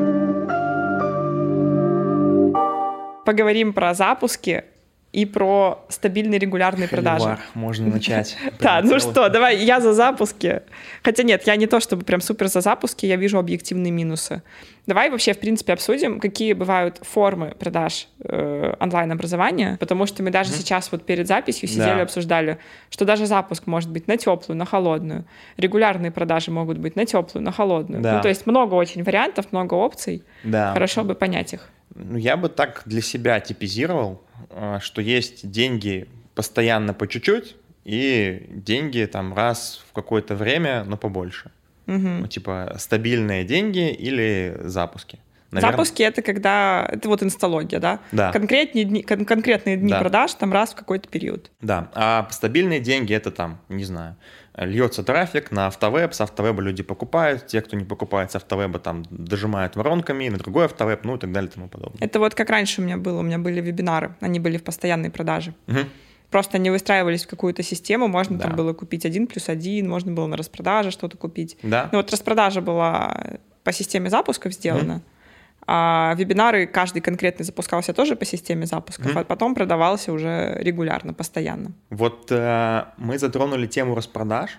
Поговорим про запуски и про стабильные регулярные продажи. Холивар, можно начать. Да, ну что, давай, я за запуски. Хотя нет, я не то чтобы прям супер за запуски, я вижу объективные минусы. Давай вообще, в принципе, обсудим, какие бывают формы продаж э, онлайн-образования, потому что мы даже mm-hmm. сейчас вот перед записью сидели, да. обсуждали, что даже запуск может быть на теплую, на холодную. Регулярные продажи могут быть на теплую, на холодную. Да. Ну, то есть много очень вариантов, много опций. Да. Хорошо бы понять их. Ну, я бы так для себя типизировал, что есть деньги постоянно по чуть-чуть и деньги там раз в какое-то время, но побольше. Угу. Ну, типа стабильные деньги или запуски. Наверное... Запуски — это когда... Это вот инсталогия, да? Да. Конкретные дни, кон- конкретные дни да. продаж там раз в какой-то период. Да, а стабильные деньги — это там, не знаю, льется трафик на автовеб, с автовеба люди покупают, те, кто не покупает с автовеба, там дожимают воронками на другой автовеб, ну и так далее и тому подобное. Это вот как раньше у меня было, у меня были вебинары, они были в постоянной продаже. Угу. Просто они выстраивались в какую-то систему, можно да. там было купить один плюс один, можно было на распродаже что-то купить. Да. Ну вот распродажа была по системе запусков сделана, угу. А вебинары каждый конкретный запускался тоже по системе запусков, mm-hmm. а потом продавался уже регулярно, постоянно. Вот э, мы затронули тему распродаж,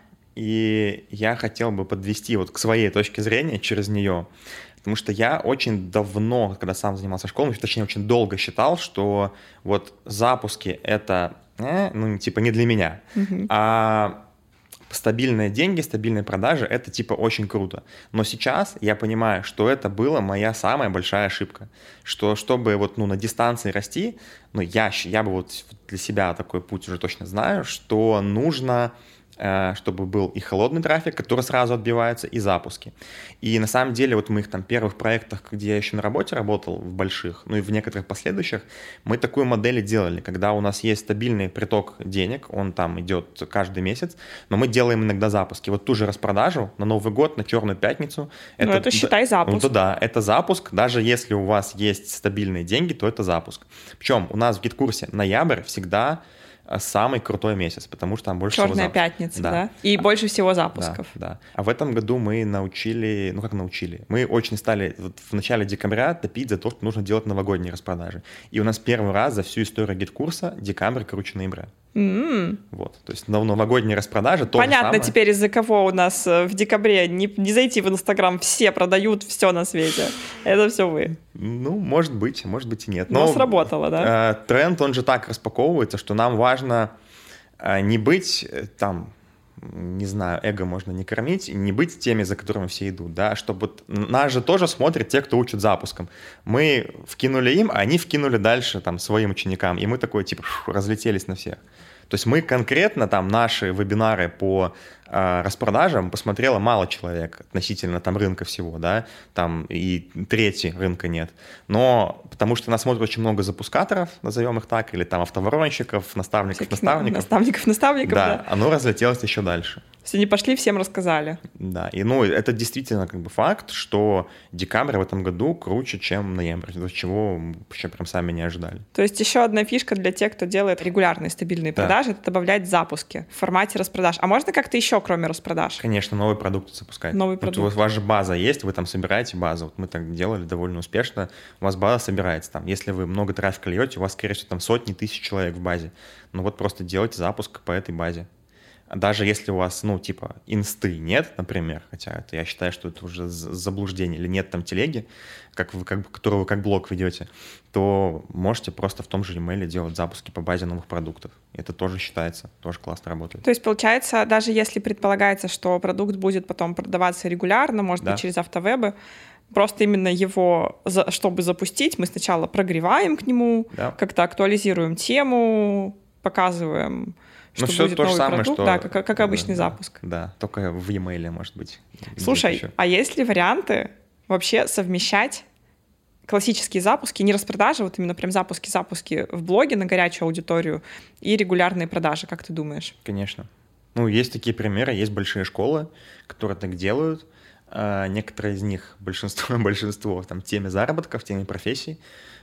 и я хотел бы подвести вот к своей точке зрения через нее, потому что я очень давно, когда сам занимался школой, точнее, очень долго считал, что вот запуски — это, э, ну, типа, не для меня, mm-hmm. а стабильные деньги, стабильные продажи — это типа очень круто. Но сейчас я понимаю, что это была моя самая большая ошибка. Что чтобы вот, ну, на дистанции расти, ну, я, я бы вот для себя такой путь уже точно знаю, что нужно, э, чтобы был и холодный трафик, который сразу отбивается, и запуски. И на самом деле вот в моих там первых проектах, где я еще на работе работал, в больших, ну и в некоторых последующих, мы такую модель делали, когда у нас есть стабильный приток денег, он там идет каждый месяц, но мы делаем иногда запуски. Вот ту же распродажу на Новый год, на Черную пятницу. Это, ну это считай запуск. Ну то да, это запуск. Даже если у вас есть стабильные деньги, то это запуск. Причем у нас в гид-курсе ноябрь всегда самый крутой месяц, потому что там больше Черная всего запусков. пятница, да. да? И а, больше всего запусков. Да, да. А в этом году мы научили, ну как научили, мы очень стали вот в начале декабря топить за то, что нужно делать новогодние распродажи. И у нас первый раз за всю историю гид-курса декабрь круче ноября. Mm-hmm. Вот, то есть новогодние распродажи то Понятно же самое. Теперь, из-за кого у нас в декабре не, не зайти в Инстаграм, все продают все на свете. Это все вы. Ну, может быть, может быть и нет. Но, Но сработало, да? Э, тренд, он же так распаковывается, что нам важно э, не быть там, не знаю, эго можно не кормить, не быть теми, за которыми все идут, да, чтобы нас же тоже смотрят те, кто учат запуском. Мы вкинули им, а они вкинули дальше там своим ученикам, и мы такой типа фу, разлетелись на всех. То есть мы конкретно там наши вебинары по э, распродажам посмотрело мало человек относительно там рынка всего, да, там и трети рынка нет. Но потому что нас смотрит очень много запускаторов, назовем их так, или там автоворонщиков, наставников, Всяких наставников. Наставников, наставников, да. Да, оно разлетелось еще дальше. То есть они пошли, всем рассказали. Да, и ну это действительно как бы факт, что декабрь в этом году круче, чем ноябрь, чего вообще прям сами не ожидали. То есть еще одна фишка для тех, кто делает регулярные стабильные да. продажи, это добавлять запуски в формате распродаж. А можно как-то еще, кроме распродаж? Конечно, новый продукт запускать. Новый продукт. Вот у вас же база есть, вы там собираете базу. Вот мы так делали довольно успешно. У вас база собирается там. Если вы много трафика льете, у вас, скорее всего, там сотни тысяч человек в базе. Ну вот просто делайте запуск по этой базе. Даже если у вас, ну, типа, инсты нет, например, хотя это, я считаю, что это уже заблуждение, или нет там телеги, как вы, как, которую вы как блог ведете, то можете просто в том же e-mail делать запуски по базе новых продуктов. Это тоже считается, тоже классно работает. То есть, получается, даже если предполагается, что продукт будет потом продаваться регулярно, может да. быть, через автовебы, просто именно его, чтобы запустить, мы сначала прогреваем к нему, да. как-то актуализируем тему, показываем... Что ну, все будет то же новый самое, продукт, что... да, как, как обычный да, запуск. Да, только в e-mail, может быть. Слушай, а есть ли варианты вообще совмещать классические запуски, не распродажи, вот именно прям запуски-запуски в блоге на горячую аудиторию и регулярные продажи, как ты думаешь? Конечно. Ну, есть такие примеры, есть большие школы, которые так делают. Некоторые из них, большинство, большинство там, в теме заработка, в теме профессий,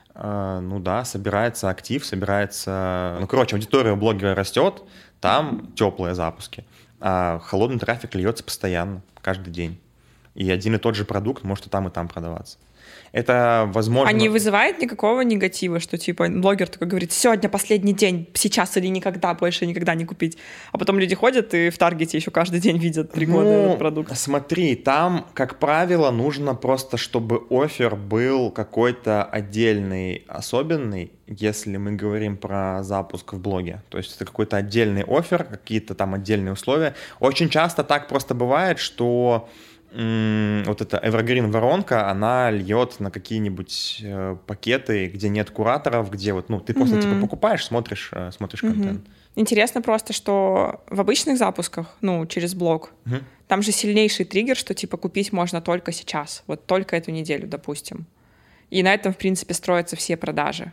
ну да, собирается актив, собирается... Ну, короче, аудитория у блогера растет, там теплые запуски, а холодный трафик льется постоянно, каждый день. И один и тот же продукт может и там, и там продаваться. Это возможно... А не вызывает никакого негатива, что типа блогер такой говорит, сегодня последний день, сейчас или никогда, больше никогда не купить. А потом люди ходят и в Таргете еще каждый день видят три года ну, этот продукт. Смотри, там, как правило, нужно просто, чтобы оффер был какой-то отдельный, особенный, если мы говорим про запуск в блоге. То есть это какой-то отдельный оффер, какие-то там отдельные условия. Очень часто так просто бывает, что... вот эта evergreen воронка, она льет на какие-нибудь э, пакеты, где нет кураторов, где вот, ну, ты просто mm-hmm. типа покупаешь, смотришь, э, смотришь mm-hmm. контент. Интересно просто, что в обычных запусках, ну, через блог, mm-hmm. там же сильнейший триггер, что типа купить можно только сейчас, вот только эту неделю, допустим. И на этом, в принципе, строятся все продажи.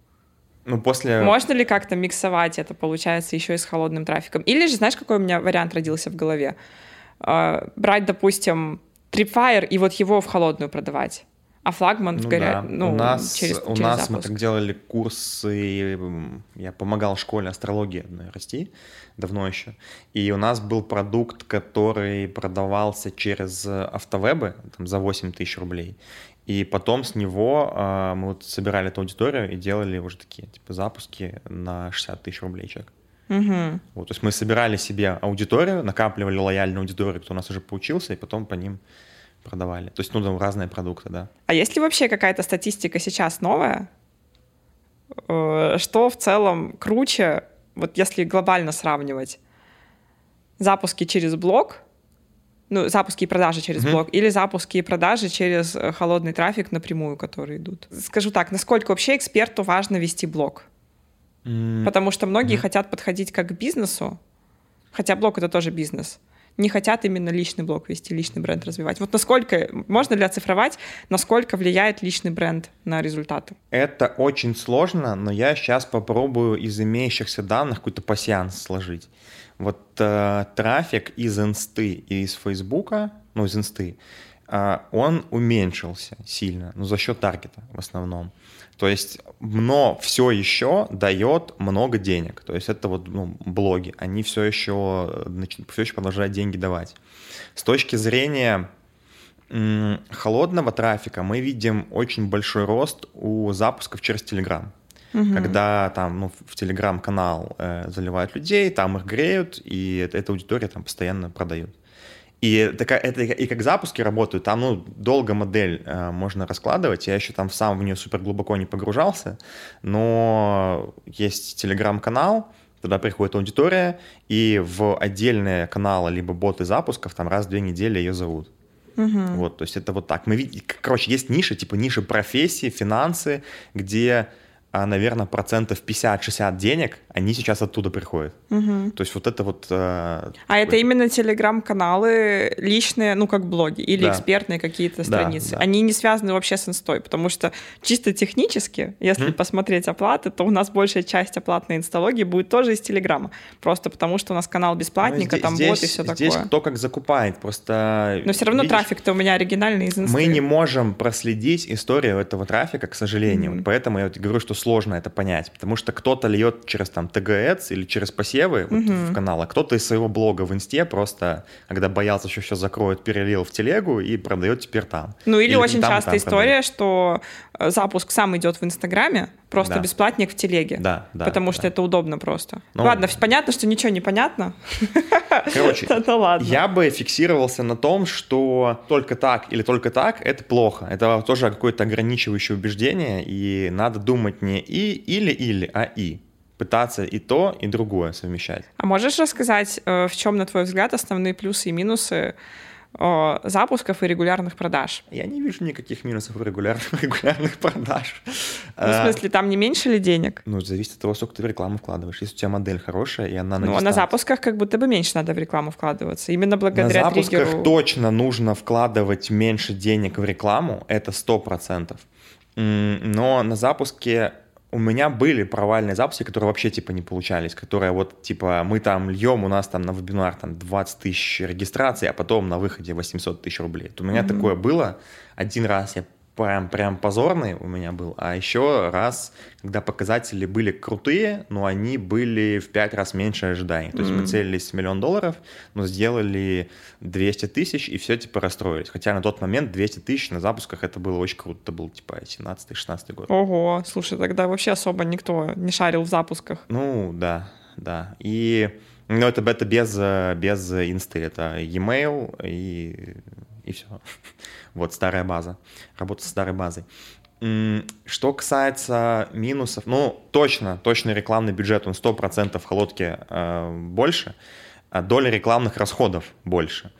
Ну, после... Можно ли как-то миксовать это, получается, еще и с холодным трафиком? Или же, знаешь, какой у меня вариант родился в голове? Брать, допустим, Tripwire и вот его в холодную продавать, а флагман ну в горя... да. ну, у нас, через, у через нас запуск. Мы так делали курсы, я помогал школе астрологии одной расти, давно еще, и у нас был продукт, который продавался через автовебы там, за восемь тысяч рублей, И потом с него э, мы вот собирали эту аудиторию и делали уже такие типа запуски на шестьдесят тысяч рублей человек. Угу. Вот, то есть мы собирали себе аудиторию, накапливали лояльную аудиторию, кто у нас уже поучился, и потом по ним продавали. То есть, ну, там разные продукты, да. А есть ли вообще какая-то статистика сейчас новая? Что в целом круче, вот если глобально сравнивать, запуски через блог, ну, запуски и продажи через mm-hmm. блог, или запуски и продажи через холодный трафик напрямую, которые идут? Скажу так, насколько вообще эксперту важно вести блог? Mm-hmm. Потому что многие mm-hmm. хотят подходить как к бизнесу, хотя блог — это тоже бизнес, не хотят именно личный блог вести, личный бренд развивать. Вот насколько, можно ли оцифровать, насколько влияет личный бренд на результаты? Это очень сложно, но я сейчас попробую из имеющихся данных какой-то пасьянс сложить. Вот э, трафик из инсты и из фейсбука, ну, из инсты, э, он уменьшился сильно, ну, за счет таргета в основном. То есть, но все еще дает много денег. То есть это вот ну, блоги, они все еще, все еще продолжают деньги давать. С точки зрения м, холодного трафика мы видим очень большой рост у запусков через Telegram. Угу. Когда там ну, в Telegram-канал э, заливают людей, там их греют, и эта, эта аудитория там постоянно продает. И, такая, это, и как запуски работают, там ну, долго модель э, можно раскладывать, я еще там сам в нее супер глубоко не погружался, но есть телеграм-канал, туда приходит аудитория, и в отдельные каналы либо боты запусков там раз в две недели ее зовут. Угу. Вот, то есть это вот так. Мы видим, короче, есть ниши, типа ниши профессии, финансы, где... а, наверное, процентов пятьдесят-шестьдесят денег, они сейчас оттуда приходят. Угу. То есть вот это вот... Э, а это именно телеграм-каналы личные, ну, как блоги, или да. экспертные какие-то страницы. Да, да. Они не связаны вообще с инстой, потому что чисто технически, если угу. посмотреть оплаты, то у нас большая часть оплатной инсталогии будет тоже из телеграма. Просто потому что у нас канал бесплатника, здесь, там здесь, бот и все здесь такое. Кто как закупает, просто... Но все равно видишь, трафик-то у меня оригинальный из инсты. Мы не можем проследить историю этого трафика, к сожалению. Угу. Поэтому я вот говорю, что сложно это понять, потому что кто-то льет через там ти джи Ads или через посевы вот, uh-huh. в канал, а кто-то из своего блога в инсте просто, когда боялся, что все закроют, перелил в телегу и продает теперь там. Ну или, или очень частая история, продает. Что запуск сам идет в Инстаграме, просто да. бесплатник в телеге, да, да, потому да. что это удобно просто. Ну, ладно, понятно, что ничего не понятно. Короче, да, ладно. Я бы фиксировался на том, что только так или только так — это плохо. Это тоже какое-то ограничивающее убеждение, и надо думать не и или-или, а и. Пытаться и то, и другое совмещать. А можешь рассказать, в чем, на твой взгляд, основные плюсы и минусы запусков и регулярных продаж? Я не вижу никаких минусов в регулярных, регулярных продаж. Ну, в смысле, там не меньше ли денег? Ну, зависит от того, сколько ты в рекламу вкладываешь. Если у тебя модель хорошая, и она на Ну, дистанции. А на запусках как будто бы меньше надо в рекламу вкладываться. Именно благодаря триггеру. На запусках триггеру... точно нужно вкладывать меньше денег в рекламу, это сто процентов. Но на запуске у меня были провальные запуски, которые вообще типа не получались, которые вот типа мы там льем, у нас там на вебинар там двадцать тысяч регистраций, а потом на выходе восемьсот тысяч рублей. Вот у меня mm-hmm. такое было. Один раз я прям, прям позорный у меня был, а еще раз, когда показатели были крутые, но они были в пять раз меньше ожиданий. То есть mm-hmm. мы целились в миллион долларов, но сделали двести тысяч и все типа расстроились. Хотя на тот момент двести тысяч на запусках это было очень круто. Это был типа семнадцатый-шестнадцатый год. Ого, слушай, тогда вообще особо никто не шарил в запусках. Ну да, да. И ну, это, это без, без инсты, это e-mail и, и все. Вот старая база, работа с старой базой. Что касается минусов, ну, точно, точно рекламный бюджет, он сто процентов в холодке э, больше, а доля рекламных расходов больше.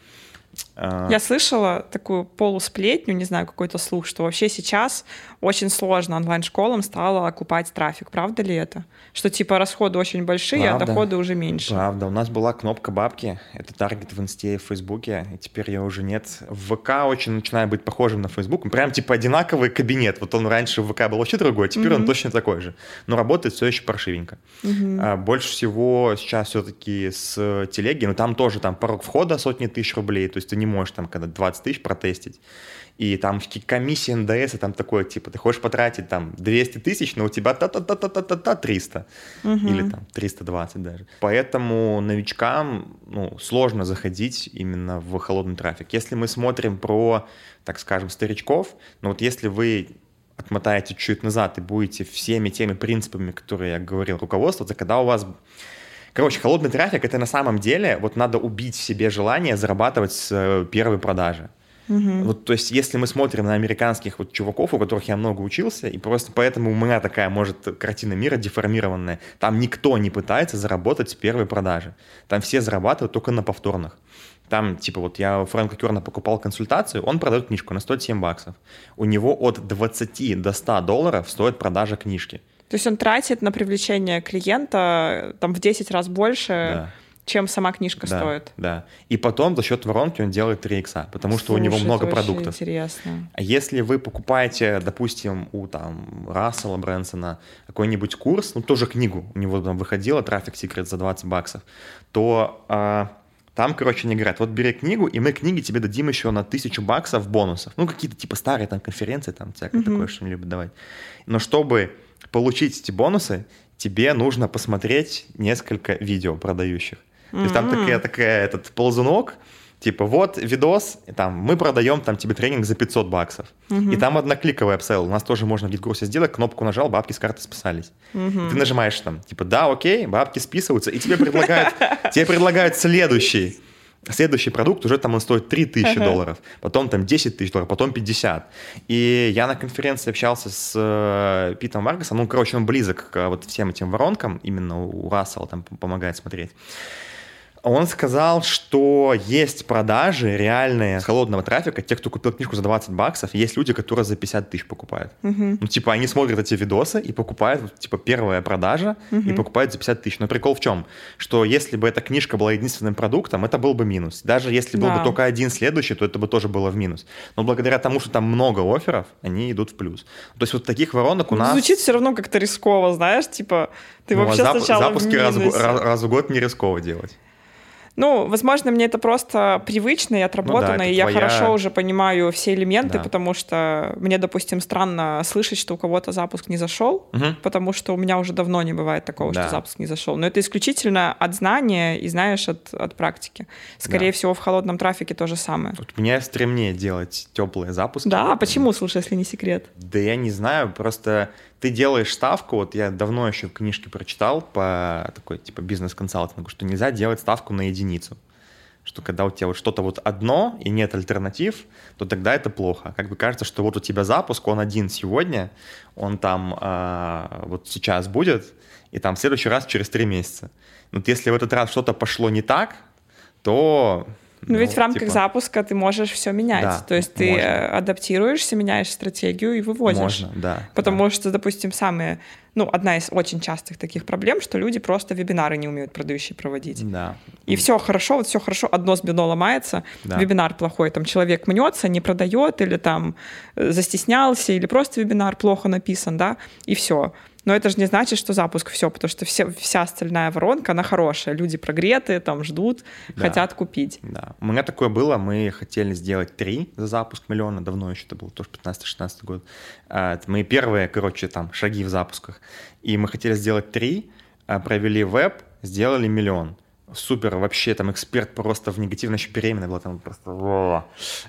Я слышала такую полусплетню, не знаю, какой-то слух, что вообще сейчас очень сложно онлайн-школам стало окупать трафик. Правда ли это? Что типа расходы очень большие, Правда. а доходы уже меньше. Правда. У нас была кнопка бабки, это таргет в инсте и в фейсбуке, и теперь ее уже нет. В ВК очень начинает быть похожим на фейсбук. Прям типа одинаковый кабинет. Вот он раньше в ВК был вообще другой, теперь mm-hmm. он точно такой же. Но работает все еще паршивенько. Mm-hmm. А, больше всего сейчас все-таки с телеги, но там тоже там порог входа сотни тысяч рублей, то есть есть ты не можешь там когда двадцать тысяч протестить, и там комиссия эн дэ эс, и там такое, типа, ты хочешь потратить там двести тысяч, но у тебя та-та-та-та-та-та триста, угу. или там триста двадцать даже. Поэтому новичкам, ну, сложно заходить именно в холодный трафик. Если мы смотрим про, так скажем, старичков, ну вот если вы отмотаете чуть назад и будете всеми теми принципами, которые я говорил, руководствоваться, когда у вас... Короче, холодный трафик — это на самом деле, вот надо убить в себе желание зарабатывать с первой продажи. Uh-huh. Вот, то есть, если мы смотрим на американских вот чуваков, у которых я много учился, и просто поэтому у меня такая, может, картина мира деформированная, там никто не пытается заработать с первой продажи. Там все зарабатывают только на повторных. Там, типа, вот я у Фрэнка Кёрна покупал консультацию, он продает книжку, она стоит семь баксов. У него от двадцати до ста долларов стоит продажа книжки. То есть он тратит на привлечение клиента там в десять раз больше... Да. чем сама книжка да, стоит. Да. И потом за счет воронки он делает три икса, потому что Слушай, у него много это продуктов. Очень интересно. А если вы покупаете, допустим, у там Рассела Брэнсона какой-нибудь курс, ну тоже книгу, у него там выходила Traffic Secret за двадцать баксов, то а, там, короче, они говорят, вот бери книгу, и мы книги тебе дадим еще на тысячу баксов бонусов. Ну, какие-то типа старые там конференции, там всякое mm-hmm. такое, что они любят давать. Но чтобы получить эти бонусы, тебе нужно посмотреть несколько видео продающих. То есть там такая, такая этот ползунок, типа вот видос, там, мы продаем там тебе тренинг за пятьсот баксов. Uh-huh. И там однокликовый апсейл. У нас тоже можно в гид-курсе сделать, кнопку нажал, бабки с карты списались. Uh-huh. Ты нажимаешь там, типа да, окей, бабки списываются, и тебе предлагают, тебе предлагают следующий. Следующий продукт уже там он стоит три тысячи uh-huh. долларов, потом там десять тысяч долларов, потом пятьдесят. И я на конференции общался с э, Питом Варгасом, ну, короче, он близок к вот всем этим воронкам, именно у Рассела там помогает смотреть. Он сказал, что есть продажи реальные с холодного трафика. Те, кто купил книжку за двадцать баксов, есть люди, которые за пятьдесят тысяч покупают. Uh-huh. Ну, типа, они смотрят эти видосы и покупают, типа, первая продажа, uh-huh. и покупают за пятьдесят тысяч. Но прикол в чем? Что если бы эта книжка была единственным продуктом, это был бы минус. Даже если был да. бы только один следующий, то это бы тоже было в минус. Но благодаря тому, что там много офферов, они идут в плюс. То есть вот таких воронок у нас... Звучит все равно как-то рисково, знаешь, типа, ты ну, вообще а зап- сначала запуски в раз, раз, раз в год не рисково делать. Ну, возможно, мне это просто привычно и отработано, ну да, и я твоя... хорошо уже понимаю все элементы, да. потому что мне, допустим, странно слышать, что у кого-то запуск не зашел, угу. потому что у меня уже давно не бывает такого, да. что запуск не зашел. Но это исключительно от знания и, знаешь, от, от практики. Скорее да. всего, в холодном трафике то же самое. Вот мне стремнее делать теплые запуски. Да, почему, слушай, если не секрет? Да я не знаю, просто... Ты делаешь ставку, вот я давно еще книжки прочитал по такой типа бизнес-консалтингу, что нельзя делать ставку на единицу. Что когда у тебя вот что-то вот одно и нет альтернатив, то тогда это плохо. Как бы кажется, что вот у тебя запуск, он один сегодня, он там э, вот сейчас будет, и там в следующий раз через три месяца. Вот если в этот раз что-то пошло не так, то... Но ну, ведь в рамках типа... запуска ты можешь все менять. Да, то есть ты можно. адаптируешься, меняешь стратегию и вывозишь. Можно, да. Потому да. что, допустим, самые... Ну, одна из очень частых таких проблем, что люди просто вебинары не умеют продающие проводить. Да. И все хорошо, вот все хорошо, одно звено ломается, да. вебинар плохой, там человек мнется, не продает, или там застеснялся, или просто вебинар плохо написан, да, и все. Но это же не значит, что запуск все, потому что все, вся остальная воронка, она хорошая. Люди прогретые, там ждут, да. хотят купить. Да. У меня такое было, мы хотели сделать три за запуск миллиона, давно еще, это был тоже пятнадцатый-шестнадцатый год. Мы первые, короче, там, шаги в запусках. И мы хотели сделать три, провели веб, сделали миллион. Супер, вообще там эксперт просто в негативно, еще беременная была там просто...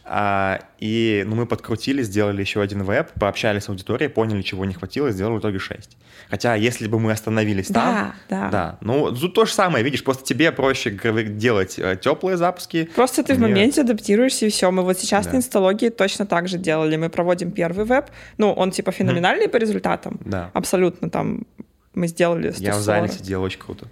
А, и ну, мы подкрутили, сделали еще один веб, пообщались с аудиторией, поняли, чего не хватило, и сделали в итоге шесть. Хотя если бы мы остановились да, там... Да, да. Ну, тут то же самое, видишь, просто тебе проще делать теплые запуски. Просто ты мне... в моменте адаптируешься, и все. Мы вот сейчас да. на инсталогии точно так же делали. Мы проводим первый веб, ну, он типа феноменальный mm. по результатам. Да. Абсолютно там мы сделали сто сорок. Я в зале сидел, очень круто.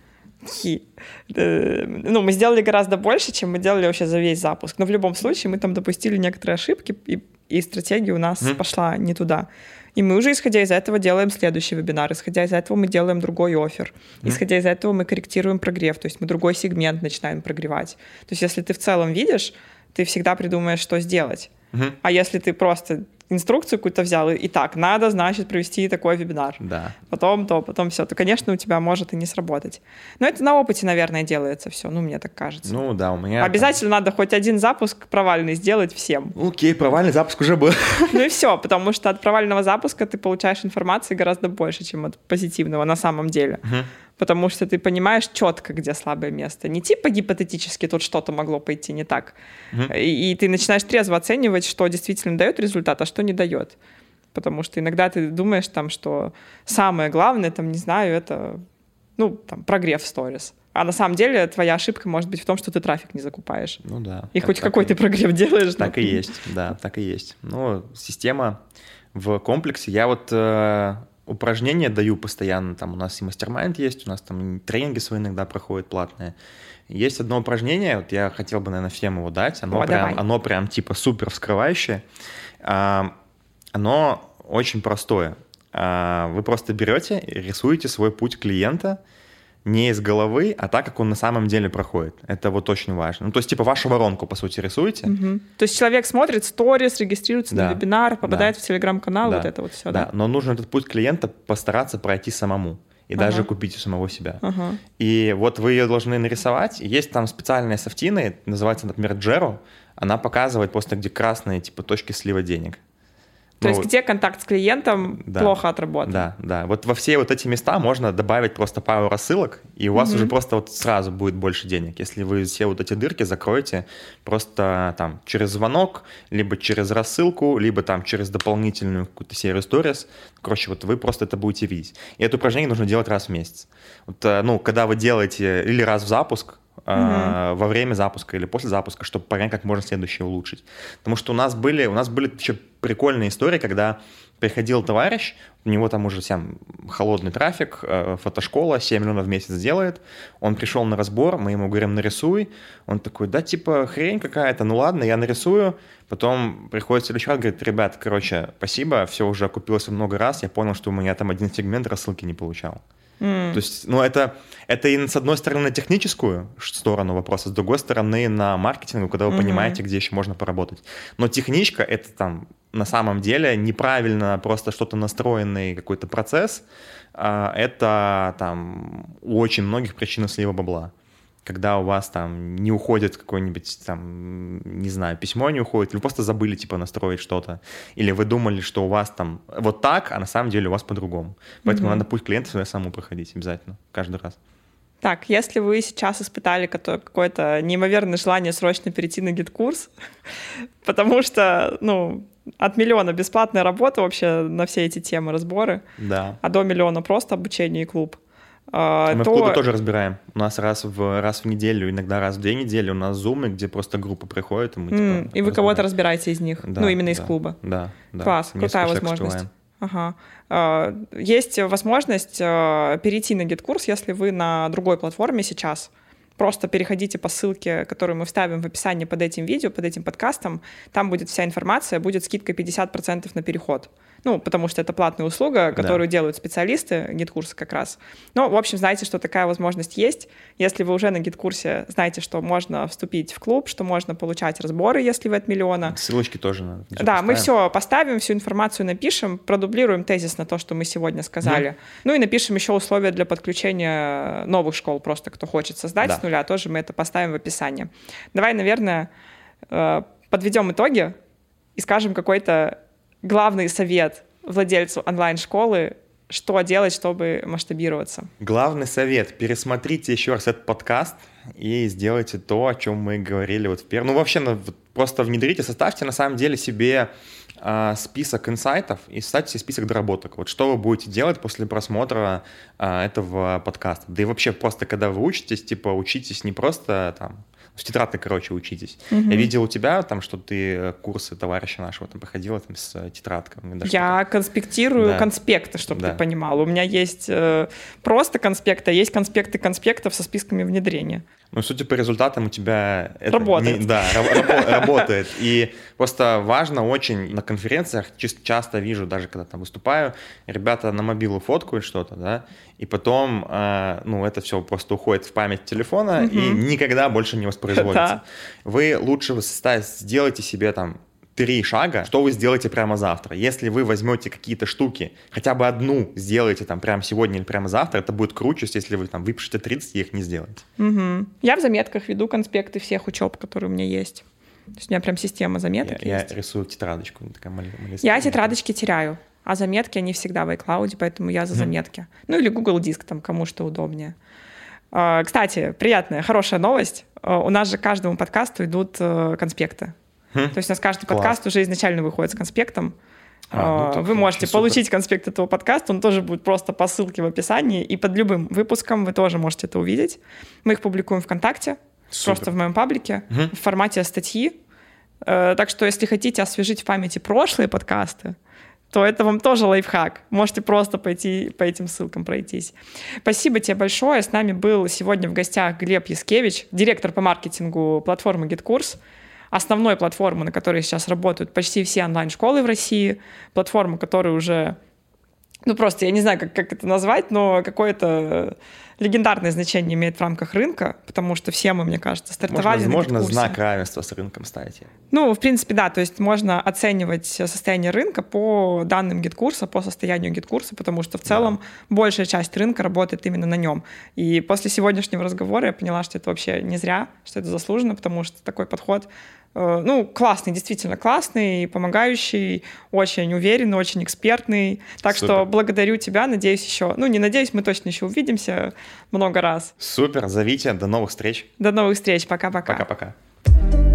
Ну, мы сделали гораздо больше, чем мы делали вообще за весь запуск. Но в любом случае мы там допустили некоторые ошибки, и, и стратегия у нас mm. пошла не туда. И мы уже, исходя из этого, делаем следующий вебинар. Исходя из этого мы делаем другой оффер. Mm. Исходя из этого мы корректируем прогрев. То есть мы другой сегмент начинаем прогревать. То есть если ты в целом видишь, ты всегда придумаешь, что сделать. Угу. А если ты просто инструкцию какую-то взял, и так, надо, значит, провести такой вебинар. Да. Потом то, потом все, то, конечно, у тебя может и не сработать. Но это на опыте, наверное, делается все, ну, мне так кажется. Ну, да, у меня... Обязательно там... надо хоть один запуск провальный сделать всем. Окей, провальный запуск уже был. Ну и все, потому что от провального запуска ты получаешь информации гораздо больше, чем от позитивного на самом деле. Угу. Потому что ты понимаешь четко, где слабое место. Не типа гипотетически тут что-то могло пойти не так. Uh-huh. И, и ты начинаешь трезво оценивать, что действительно дает результат, а что не дает. Потому что иногда ты думаешь, там, что самое главное, там, не знаю, это ну, там, прогрев сторис. А на самом деле твоя ошибка может быть в том, что ты трафик не закупаешь. Ну да. И хоть какой ты прогрев делаешь. Так и есть, да, так и есть. Ну, система в комплексе. Я вот... Упражнения даю постоянно, там у нас и мастер-майнд есть, у нас там и тренинги свои иногда проходят платные. Есть одно упражнение, вот я хотел бы, наверное, всем его дать, оно, О, прям, оно прям типа супер вскрывающее. А, оно очень простое. А, вы просто берете и рисуете свой путь клиента не из головы, а так, как он на самом деле проходит. Это вот очень важно. Ну, то есть, типа, вашу воронку, по сути, рисуете. Угу. То есть человек смотрит сторис, регистрируется да. на вебинар, попадает да. в телеграм-канал, да. вот это вот все, да? да? Но нужно этот путь клиента постараться пройти самому. И ага. даже купить у самого себя. Ага. И вот вы ее должны нарисовать. Есть там специальные софтины, называется, например, Jero. Она показывает просто, где красные, типа, точки слива денег. То ну, есть где контакт с клиентом да, плохо отработан. Да, да. Вот во все вот эти места можно добавить просто пару рассылок, и у вас mm-hmm. уже просто вот сразу будет больше денег. Если вы все вот эти дырки закроете просто там через звонок, либо через рассылку, либо там через дополнительную какую-то серию сторис. Короче, вот вы просто это будете видеть. И это упражнение нужно делать раз в месяц. Вот, ну, когда вы делаете или раз в запуск, Uh-huh. во время запуска или после запуска, чтобы понять, как можно следующее улучшить. Потому что у нас были, у нас были еще прикольные истории, когда приходил товарищ, у него там уже всем холодный трафик, фотошкола, семь миллионов в месяц делает, он пришел на разбор, мы ему говорим, нарисуй, он такой, да, типа, хрень какая-то, ну ладно, я нарисую, потом приходит следующий раз, говорит, ребят, короче, спасибо, все уже окупилось много раз, я понял, что у меня там один сегмент рассылки не получал. Mm. То есть, ну, это, это и с одной стороны на техническую сторону вопроса, с другой стороны на маркетинг, когда вы mm-hmm. понимаете, где еще можно поработать. Но техничка — это там на самом деле неправильно просто что-то настроенный какой-то процесс, а это там у очень многих причина слива бабла. Когда у вас там не уходит какое-нибудь там, не знаю, письмо не уходит, или вы просто забыли типа настроить что-то, или вы думали, что у вас там вот так, а на самом деле у вас по-другому. Поэтому mm-hmm. надо путь клиента всегда самому проходить обязательно, каждый раз. Так, если вы сейчас испытали какое-то неимоверное желание срочно перейти на гид-курс, потому что, ну, от миллиона бесплатная работа вообще на все эти темы, разборы, да. а до миллиона просто обучение и клуб. Мы то... в клубе тоже разбираем. У нас раз в, раз в неделю, иногда раз в две недели у нас зумы, где просто группа приходит, и мы mm, типа, И вы кого-то разбираете из них, да, ну именно да, из клуба. Да, да. Класс, крутая возможность. Ага. Есть возможность перейти на гид-курс, если вы на другой платформе сейчас. Просто переходите по ссылке, которую мы вставим в описании под этим видео, под этим подкастом. Там будет вся информация, будет скидка пятьдесят процентов на переход. Ну, потому что это платная услуга, которую да. делают специалисты, гид-курсы как раз. Ну, в общем, знаете, что такая возможность есть. Если вы уже на гид-курсе, знаете, что можно вступить в клуб, что можно получать разборы, если вы от миллиона. Ссылочки тоже надо. Да, поставим. Мы все поставим, всю информацию напишем, продублируем тезис на то, что мы сегодня сказали. Mm. Ну и напишем еще условия для подключения новых школ, просто кто хочет создать да. с нуля, тоже мы это поставим в описании. Давай, наверное, подведем итоги и скажем какой-то главный совет владельцу онлайн-школы, что делать, чтобы масштабироваться? Главный совет. Пересмотрите еще раз этот подкаст и сделайте то, о чем мы говорили вот в первом. Ну, вообще, ну, просто внедрите, составьте на самом деле себе э, список инсайтов и составьте себе список доработок. Вот что вы будете делать после просмотра э, этого подкаста. Да и вообще просто, когда вы учитесь, типа, учитесь не просто там, в тетрадкой, короче, учитесь. Mm-hmm. Я видел у тебя, там, что ты курсы товарища нашего там проходила там, с тетрадками. Я конспектирую да. конспекты, чтобы да. ты понимал. У меня есть э, просто конспекты, а есть конспекты конспектов со списками внедрения. Ну, судя по результатам, у тебя это работает. Не, да, работает. И просто важно очень на конференциях, часто вижу, даже когда там выступаю, ребята на мобилу фоткают что-то, да, и потом, ну, это все просто уходит в память телефона и никогда больше не воспроизводится. Вы лучше сделайте себе там три шага, что вы сделаете прямо завтра. Если вы возьмете какие-то штуки, хотя бы одну сделаете там прямо сегодня или прямо завтра, это будет круче, если вы там выпишете тридцать и их не сделаете. Угу. Я в заметках веду конспекты всех учеб, которые у меня есть. То есть у меня прям система заметок я, есть. Я рисую тетрадочку. Такая мал- я тетрадочки теряю, а заметки, они всегда в iCloud, поэтому я за заметки. Mm. Ну или Google Диск, там, кому что удобнее. Кстати, приятная, хорошая новость. У нас же к каждому подкасту идут конспекты. Mm. То есть у нас каждый Класс. подкаст уже изначально выходит с конспектом. А, ну, вы можете получить супер. конспект этого подкаста, он тоже будет просто по ссылке в описании, и под любым выпуском вы тоже можете это увидеть. Мы их публикуем ВКонтакте, супер. просто в моем паблике, mm. в формате статьи. Так что, если хотите освежить в памяти прошлые подкасты, то это вам тоже лайфхак. Можете просто пойти по этим ссылкам пройтись. Спасибо тебе большое. С нами был сегодня в гостях Глеб Яскевич, директор по маркетингу платформы GetCourse, основной платформы, на которой сейчас работают почти все онлайн-школы в России, платформа, которая уже, ну просто, я не знаю, как, как это назвать, но какое-то легендарное значение имеет в рамках рынка, потому что все мы, мне кажется, стартовали можно, на Можно GetCourse. знак равенства с рынком ставить. Ну, в принципе, да, то есть можно оценивать состояние рынка по данным GetCourse, по состоянию GetCourse, потому что в целом да. большая часть рынка работает именно на нем. И после сегодняшнего разговора я поняла, что это вообще не зря, что это заслуженно, потому что такой подход, э, ну, классный, действительно классный, помогающий, очень уверенный, очень экспертный. Так Супер. что благодарю тебя, надеюсь еще, ну, не надеюсь, мы точно еще увидимся много раз. Супер, зовите, до новых встреч. До новых встреч, пока-пока. Пока-пока.